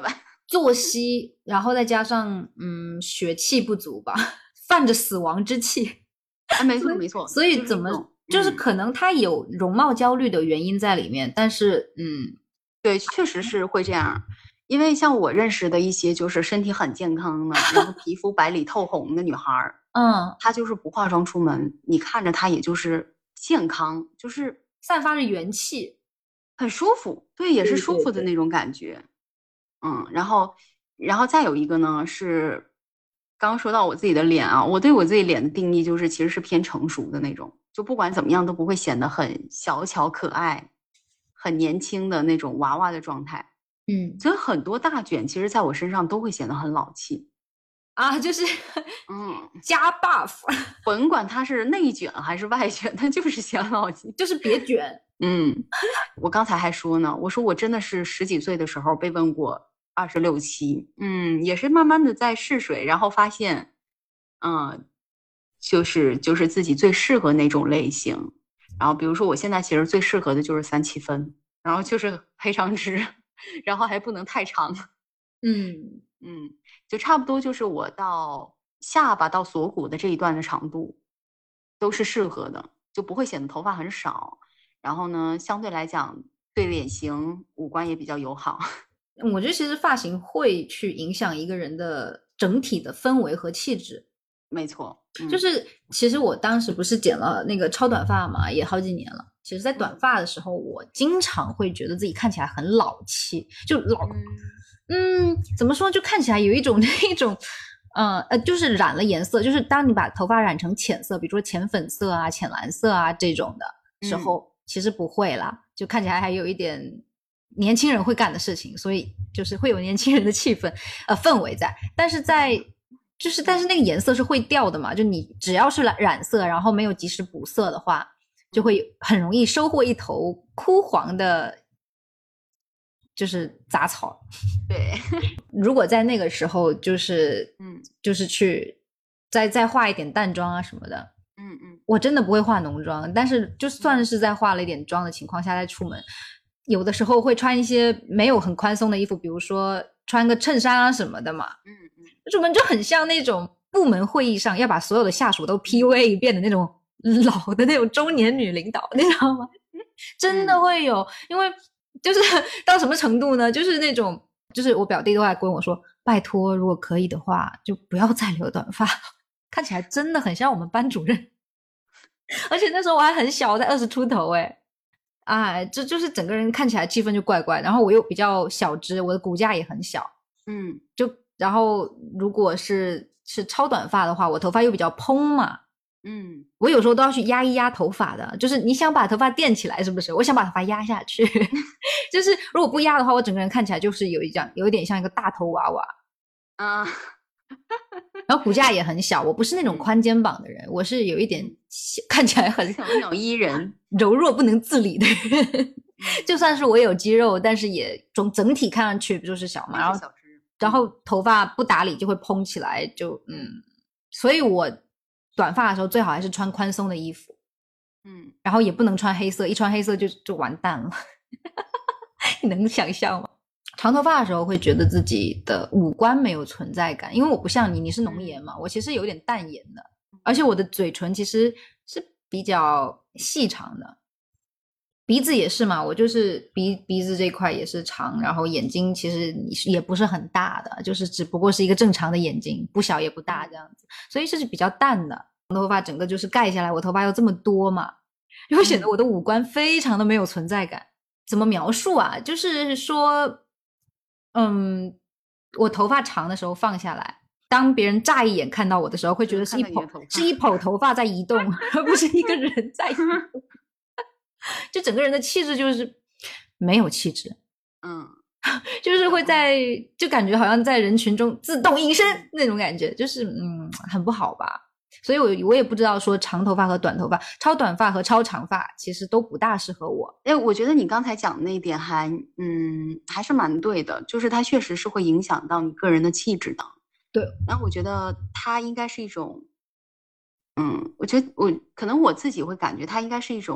作息，然后再加上嗯血气不足吧，泛着死亡之气。 啊，没错没错， 所以怎么就是、嗯、可能他有容貌焦虑的原因在里面，但是嗯， 对，确实是会这样。因为像我认识的一些就是身体很健康的，然后皮肤白里透红的女孩儿， 嗯， 她就是不化妆出门，你看着她也就是健康，就是散发着元气， 很舒服，对，也是舒服的那种感觉。对对对，嗯，然后，然后再有一个呢是，刚刚说到我自己的脸啊，我对我自己脸的定义就是其实是偏成熟的那种，就不管怎么样都不会显得很小巧可爱、很年轻的那种娃娃的状态。 嗯， 所以很多大卷其实在我身上都会显得很老气啊，就是嗯加 buff， 甭管它是内卷还是外卷，它就是显老气， 就是别卷。 嗯，我刚才还说呢，我说我真的是十几岁的时候被问过二十六七，嗯，也是慢慢的在试水，然后发现，嗯，就是就是自己最适合哪种类型。然后比如说我现在其实最适合的就是三七分，然后就是黑长直，然后还不能太长， 嗯嗯，就差不多就是我到下巴到锁骨的这一段的长度都是适合的，就不会显得头发很少。然后呢，相对来讲，对脸型、五官也比较友好。 我觉得其实发型会去影响一个人的整体的氛围和气质。 没错，嗯、 就是其实我当时不是剪了那个超短发嘛，也好几年了。其实，在短发的时候，我经常会觉得自己看起来很老气，就老，嗯，嗯怎么说，就看起来有一种那种。嗯呃，就是染了颜色，就是当你把头发染成浅色，比如说浅粉色啊、浅蓝色啊这种的时候，嗯、其实不会啦，就看起来还有一点年轻人会干的事情，所以就是会有年轻人的气氛呃氛围在，但是在就是但是那个颜色是会掉的嘛，就你只要是染色，然后没有及时补色的话，就会很容易收获一头枯黄的。就是杂草， 对。 如果在那个时候，就是嗯， 就是去再再化一点淡妆啊什么的， 嗯嗯， 我真的不会化浓妆，但是就算是在化了一点妆的情况下再出门，有的时候会穿一些没有很宽松的衣服，比如说穿个衬衫啊什么的嘛， 嗯嗯， 出门就很像那种部门会议上要把所有的下属都 P U A 一遍的那种老的那种中年女领导，你知道吗？真的会有，因为。就是到什么程度呢？就是那种，就是我表弟都还跟我说，拜托，如果可以的话，就不要再留短发，看起来真的很像我们班主任。而且那时候我还很小，我在二十出头，哎，哎，这就是整个人看起来气氛就怪怪。然后我又比较小只，我的骨架也很小， 嗯， 就然后如果是是超短发的话，我头发又比较蓬嘛。 嗯， 我有时候都要去压一压头发的，就是你想把头发垫起来，是不是？我想把头发压下去，就是如果不压的话，我整个人看起来就是有一样，有一点像一个大头娃娃啊。 然后骨架也很小，我不是那种宽肩膀的人，我是有一点看起来很小鸟依人、 柔弱不能自理的人。就算是我有肌肉，但是也总整体看上去就是小嘛，然后然后头发不打理就会蓬起来，就嗯，所以我。短发的时候最好还是穿宽松的衣服， 嗯， 然后也不能穿黑色，一穿黑色就就完蛋了。你能想象吗？长头发的时候会觉得自己的五官没有存在感，因为我不像你，你是浓颜嘛，我其实有点淡颜的，而且我的嘴唇其实是比较细长的，鼻子也是嘛，我就是鼻鼻子这块也是长，然后眼睛其实也不是很大的，就是只不过是一个正常的眼睛，不小也不大这样子，所以是比较淡的。头发整个就是盖下来，我头发又这么多嘛，就会显得我的五官非常的没有存在感。嗯、怎么描述啊？就是说，嗯，我头发长的时候放下来，当别人乍一眼看到我的时候，会觉得是一捧是一捧头发在移动，而不是一个人在移动。就整个人的气质就是没有气质， 嗯， 就是会在就感觉好像在人群中自动隐身那种感觉，就是嗯很不好吧。所以我我也不知道说长头发和短头发、超短发和超长发其实都不大适合我。 哎，我觉得你刚才讲的那一点还嗯还是蛮对的，就是它确实是会影响到你个人的气质的。 对， 然后我觉得它应该是一种，嗯，我觉得我可能我自己会感觉它应该是一种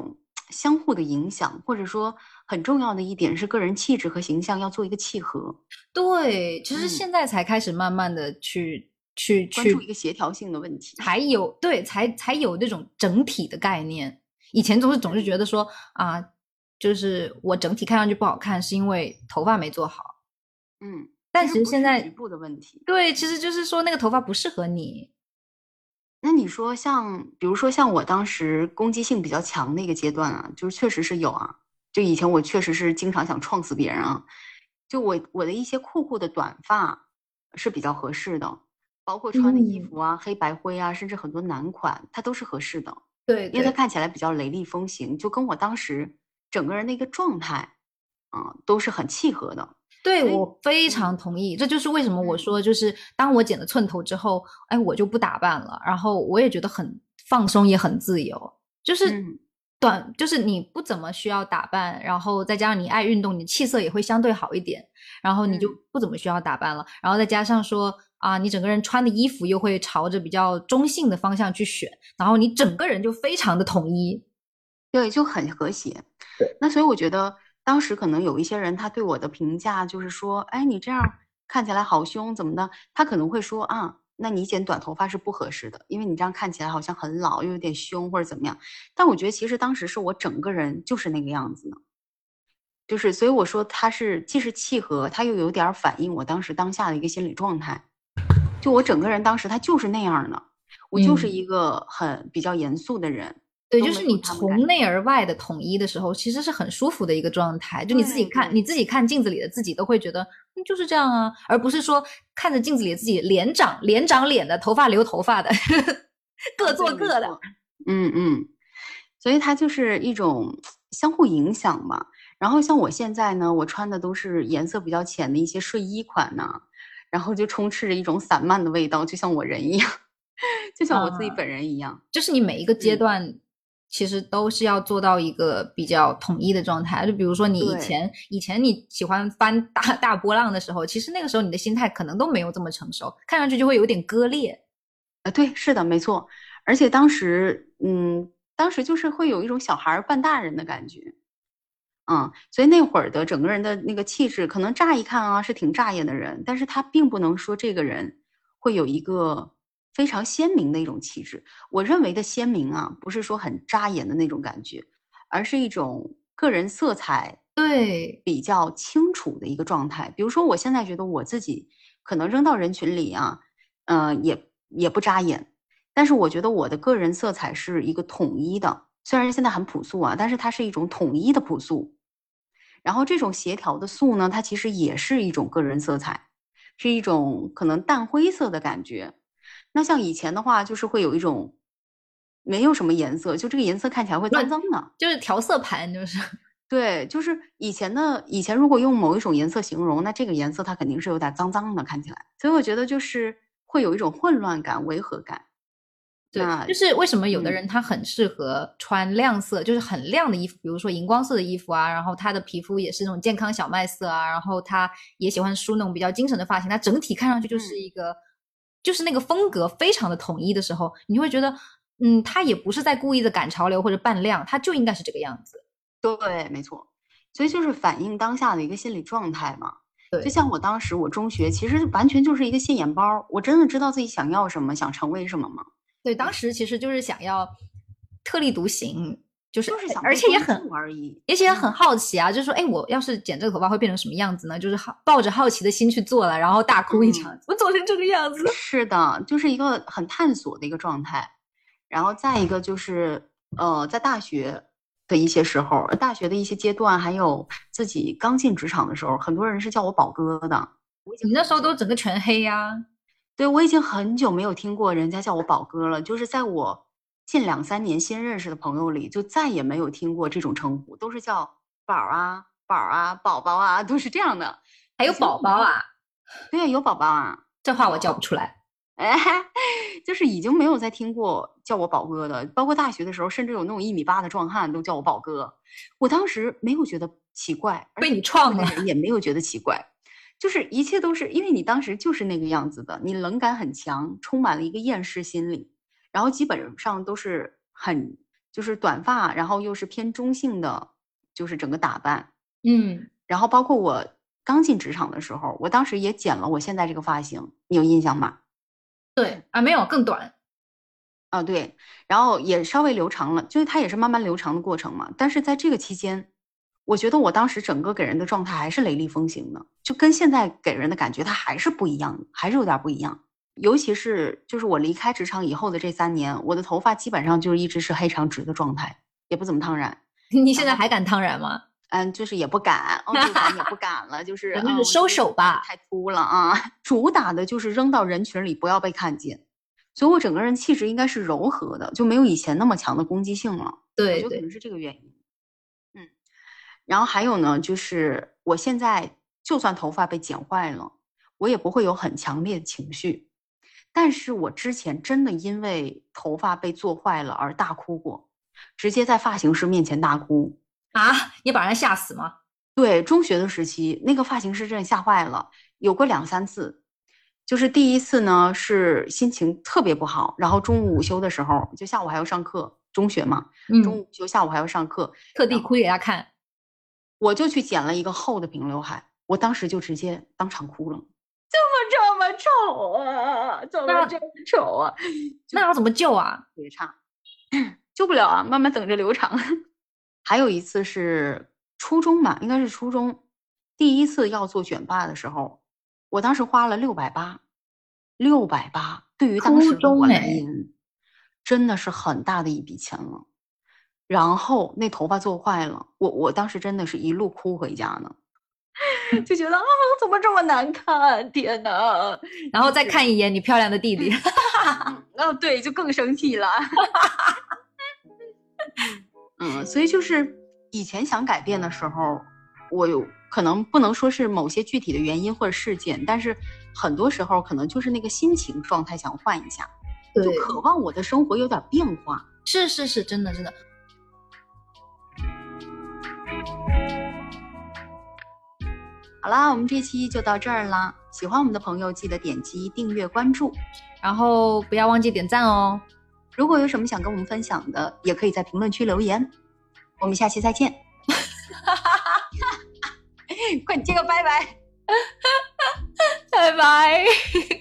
相互的影响，或者说很重要的一点是个人气质和形象要做一个契合。 对，其实嗯， 现在才开始慢慢的去去关注一去， 个协调性的问题。 才有对才才有这种整体的概念。以前总是总是觉得说啊，就是我整体看上去不好看，是因为头发没做好。 嗯，其但实不其实现在， 是局部的问题。 对，其实就是说那个头发不适合你。 那你说像，比如说像我当时攻击性比较强的一个阶段啊，就是确实是有啊。就以前我确实是经常想撞死别人啊。就我我的一些酷酷的短发是比较合适的，包括穿的衣嗯， 服啊，黑白灰啊，甚至很多男款，它都是合适的，因为它对对。 看起来比较雷厉风行，就跟我当时整个人的一个状态，啊、都是很契合的。 对， 所以， 我非常嗯同意，这就是为什么我嗯说，就是当我剪了寸头之后，哎，我就不打扮了，然后我也觉得很放松，也很自由。就是嗯短，就是你不怎么需要打扮，然后再加上你爱运动，你气色也会相对好一点，然后你就嗯。 不怎么需要打扮了，然后再加上说啊，你整个人穿的衣服又会朝着比较中性的方向去选，然后你整个人就非常的统一。 对，就很和谐。那所以我觉得当时可能有一些人，他对我的评价就是说，哎，你这样看起来好凶，怎么的？他可能会说啊，那你剪短头发是不合适的，因为你这样看起来好像很老，又有点凶或者怎么样。但我觉得其实当时是我整个人就是那个样子的，就是所以我说他是既是契合，他又有点儿反映我当时当下的一个心理状态。就我整个人当时他就是那样的，我就是嗯。 一个很比较严肃的人， 对， 都就是你没有他们感觉。 从内而外的统一的时候，其实是很舒服的一个状态。就你自己看，你对对。 自己看镜子里的自己，都会觉得嗯就是这样啊，而不是说看着镜子里的自己脸长脸长脸的，头发留头发的，各啊，对， 做各的。 没错。嗯嗯，所以它就是一种相互影响嘛。然后像我现在呢，我穿的都是颜色比较浅的一些睡衣款呐，然后就充斥着一种散漫的味道，就像我人一样，就像我自己嗯， 本人一样。 就是你每一个阶嗯， 段，其实都是要做到一个比较统一的状态。就比如说你以对。 前以前你喜欢翻大大波浪的时候，其实那个时候你的心态可能都没有这么成熟，看上去就会有点割裂。 啊，对，是的，没错。而且当时，嗯，当时就是会有一种小孩儿扮大人的感觉。嗯，所以那会儿的整个人的那个气质，可能乍一看啊是挺扎眼的人，但是他并不能说这个人会有一个非常鲜明的一种气质。我认为的鲜明啊，不是说很扎眼的那种感觉，而是一种个人色彩对， 比较清楚的一个状态。比如说，我现在觉得我自己可能扔到人群里啊，呃，也也不扎眼，但是我觉得我的个人色彩是一个统一的，虽然现在很朴素啊，但是它是一种统一的朴素。然后这种协调的素呢，它其实也是一种个人色彩，是一种可能淡灰色的感觉。那像以前的话，就是会有一种没有什么颜色，就这个颜色看起来会那脏脏的。 就是调色盘，就是。 对，就是以前的以前，如果用某一种颜色形容，那这个颜色它肯定是有点脏脏的，看起来。所以我觉得就是会有一种混乱感、违和感。 对， 那就是为什么有的嗯人他很适合穿亮色，就是很亮的衣服，比如说荧光色的衣服啊，然后他的皮肤也是那种健康小麦色啊，然后他也喜欢梳那种比较精神的发型，他整体看上去就是嗯， 一个，就是那个风格非常的统一的时候，你会觉得，嗯，他也不是在故意的赶潮流或者扮亮，他就应该是这个样子。 对，没错。所以就是反映当下的一个心理状态嘛。就对像我当时我中学其实完全就是一个现眼包，我真的知道自己想要什么，想成为什么吗？ 对，当时其实就是想要特立独行，就是就是想而被关且也很， 注而已。 而且也很嗯好奇啊，就是说，哎，我要是剪这个头发会变成什么样子呢？就是好抱着好奇的心去做了，然后大哭一场， 嗯， 怎么做成这个样子？ 是的，就是一个很探索的一个状态。然后再一个就是，呃，在大学的一些时候，大学的一些阶段，还有自己刚进职场的时候，很多人是叫我宝哥的。我已经你那时候都很久， 整个全黑呀、 对，我已经很久没有听过人家叫我宝哥了。就是在我近两三年新认识的朋友里，就再也没有听过这种称呼，都是叫宝儿啊、宝儿啊、宝宝啊，都是这样的。 还有以前我没有， 宝宝啊， 对啊，有宝宝啊。 这话我叫不出来。 哎，就是已经没有再听过叫我宝哥的，包括大学的时候，甚至有那种一米八的壮汉都叫我宝哥。我当时没有觉得奇怪，而被且周围的你创了。 人也没有觉得奇怪，就是一切都是因为你当时就是那个样子的，你冷感很强，充满了一个厌世心理，然后基本上都是很就是短发，然后又是偏中性的，就是整个打扮。 嗯， 然后包括我刚进职场的时候，我当时也剪了我现在这个发型，你有印象吗？ 对啊，没有更短。 啊，对，然后也稍微留长了，就是它也是慢慢留长的过程嘛。但是在这个期间，我觉得我当时整个给人的状态还是雷厉风行的，就跟现在给人的感觉它还是不一样的，还是有点不一样。尤其是就是我离开职场以后的这三年，我的头发基本上就是一直是黑长直的状态，也不怎么烫染。 你现在还敢烫染吗？ 嗯，就是也不敢，嗯，这咱也不敢了，就是咱就是收手吧， 太秃了啊！主打的就是扔到人群里不要被看见，所以我整个人气质应该是柔和的，就没有以前那么强的攻击性了。 对， 我觉得可能是这个原因。嗯，然后还有呢，就是我现在就算头发被剪坏了，我也不会有很强烈的情绪。但是我之前真的因为头发被做坏了而大哭过，直接在发型师面前大哭。 啊！你把人吓死吗？ 对，中学的时期，那个发型师真的吓坏了，有过两三次。就是第一次呢，是心情特别不好，然后中午午休的时候，就下午还要上课，中学嘛， 嗯， 中午午休下午还要上课， 特地哭给他看。 我就去剪了一个厚的平刘海，我当时就直接当场哭了，怎么这么丑啊？怎么这么丑啊？ 那要怎么救啊？ 特别差，救不了啊，慢慢等着留长。还有一次是初中吧，应该是初中，第一次要做卷发的时候，我当时花了六百八，六百八，对于当时的我而言，真的是很大的一笔钱了。然后那头发做坏了，我我当时真的是一路哭回家呢，就觉得啊，怎么这么难看？天哪！ 然后再看一眼你漂亮的弟弟， 哦，对，就更生气了。嗯，所以就是以前想改变的时候，我有可能不能说是某些具体的原因或者事件，但是很多时候可能就是那个心情状态想换一下，就渴望我的生活有点变化。 是是是，真的真的。 好啦，我们这期就到这儿啦。喜欢我们的朋友记得点击订阅关注， 然后不要忘记点赞哦。 如果有什么想跟我们分享的，也可以在评论区留言。我们下期再见。快，你接个拜拜。 拜拜。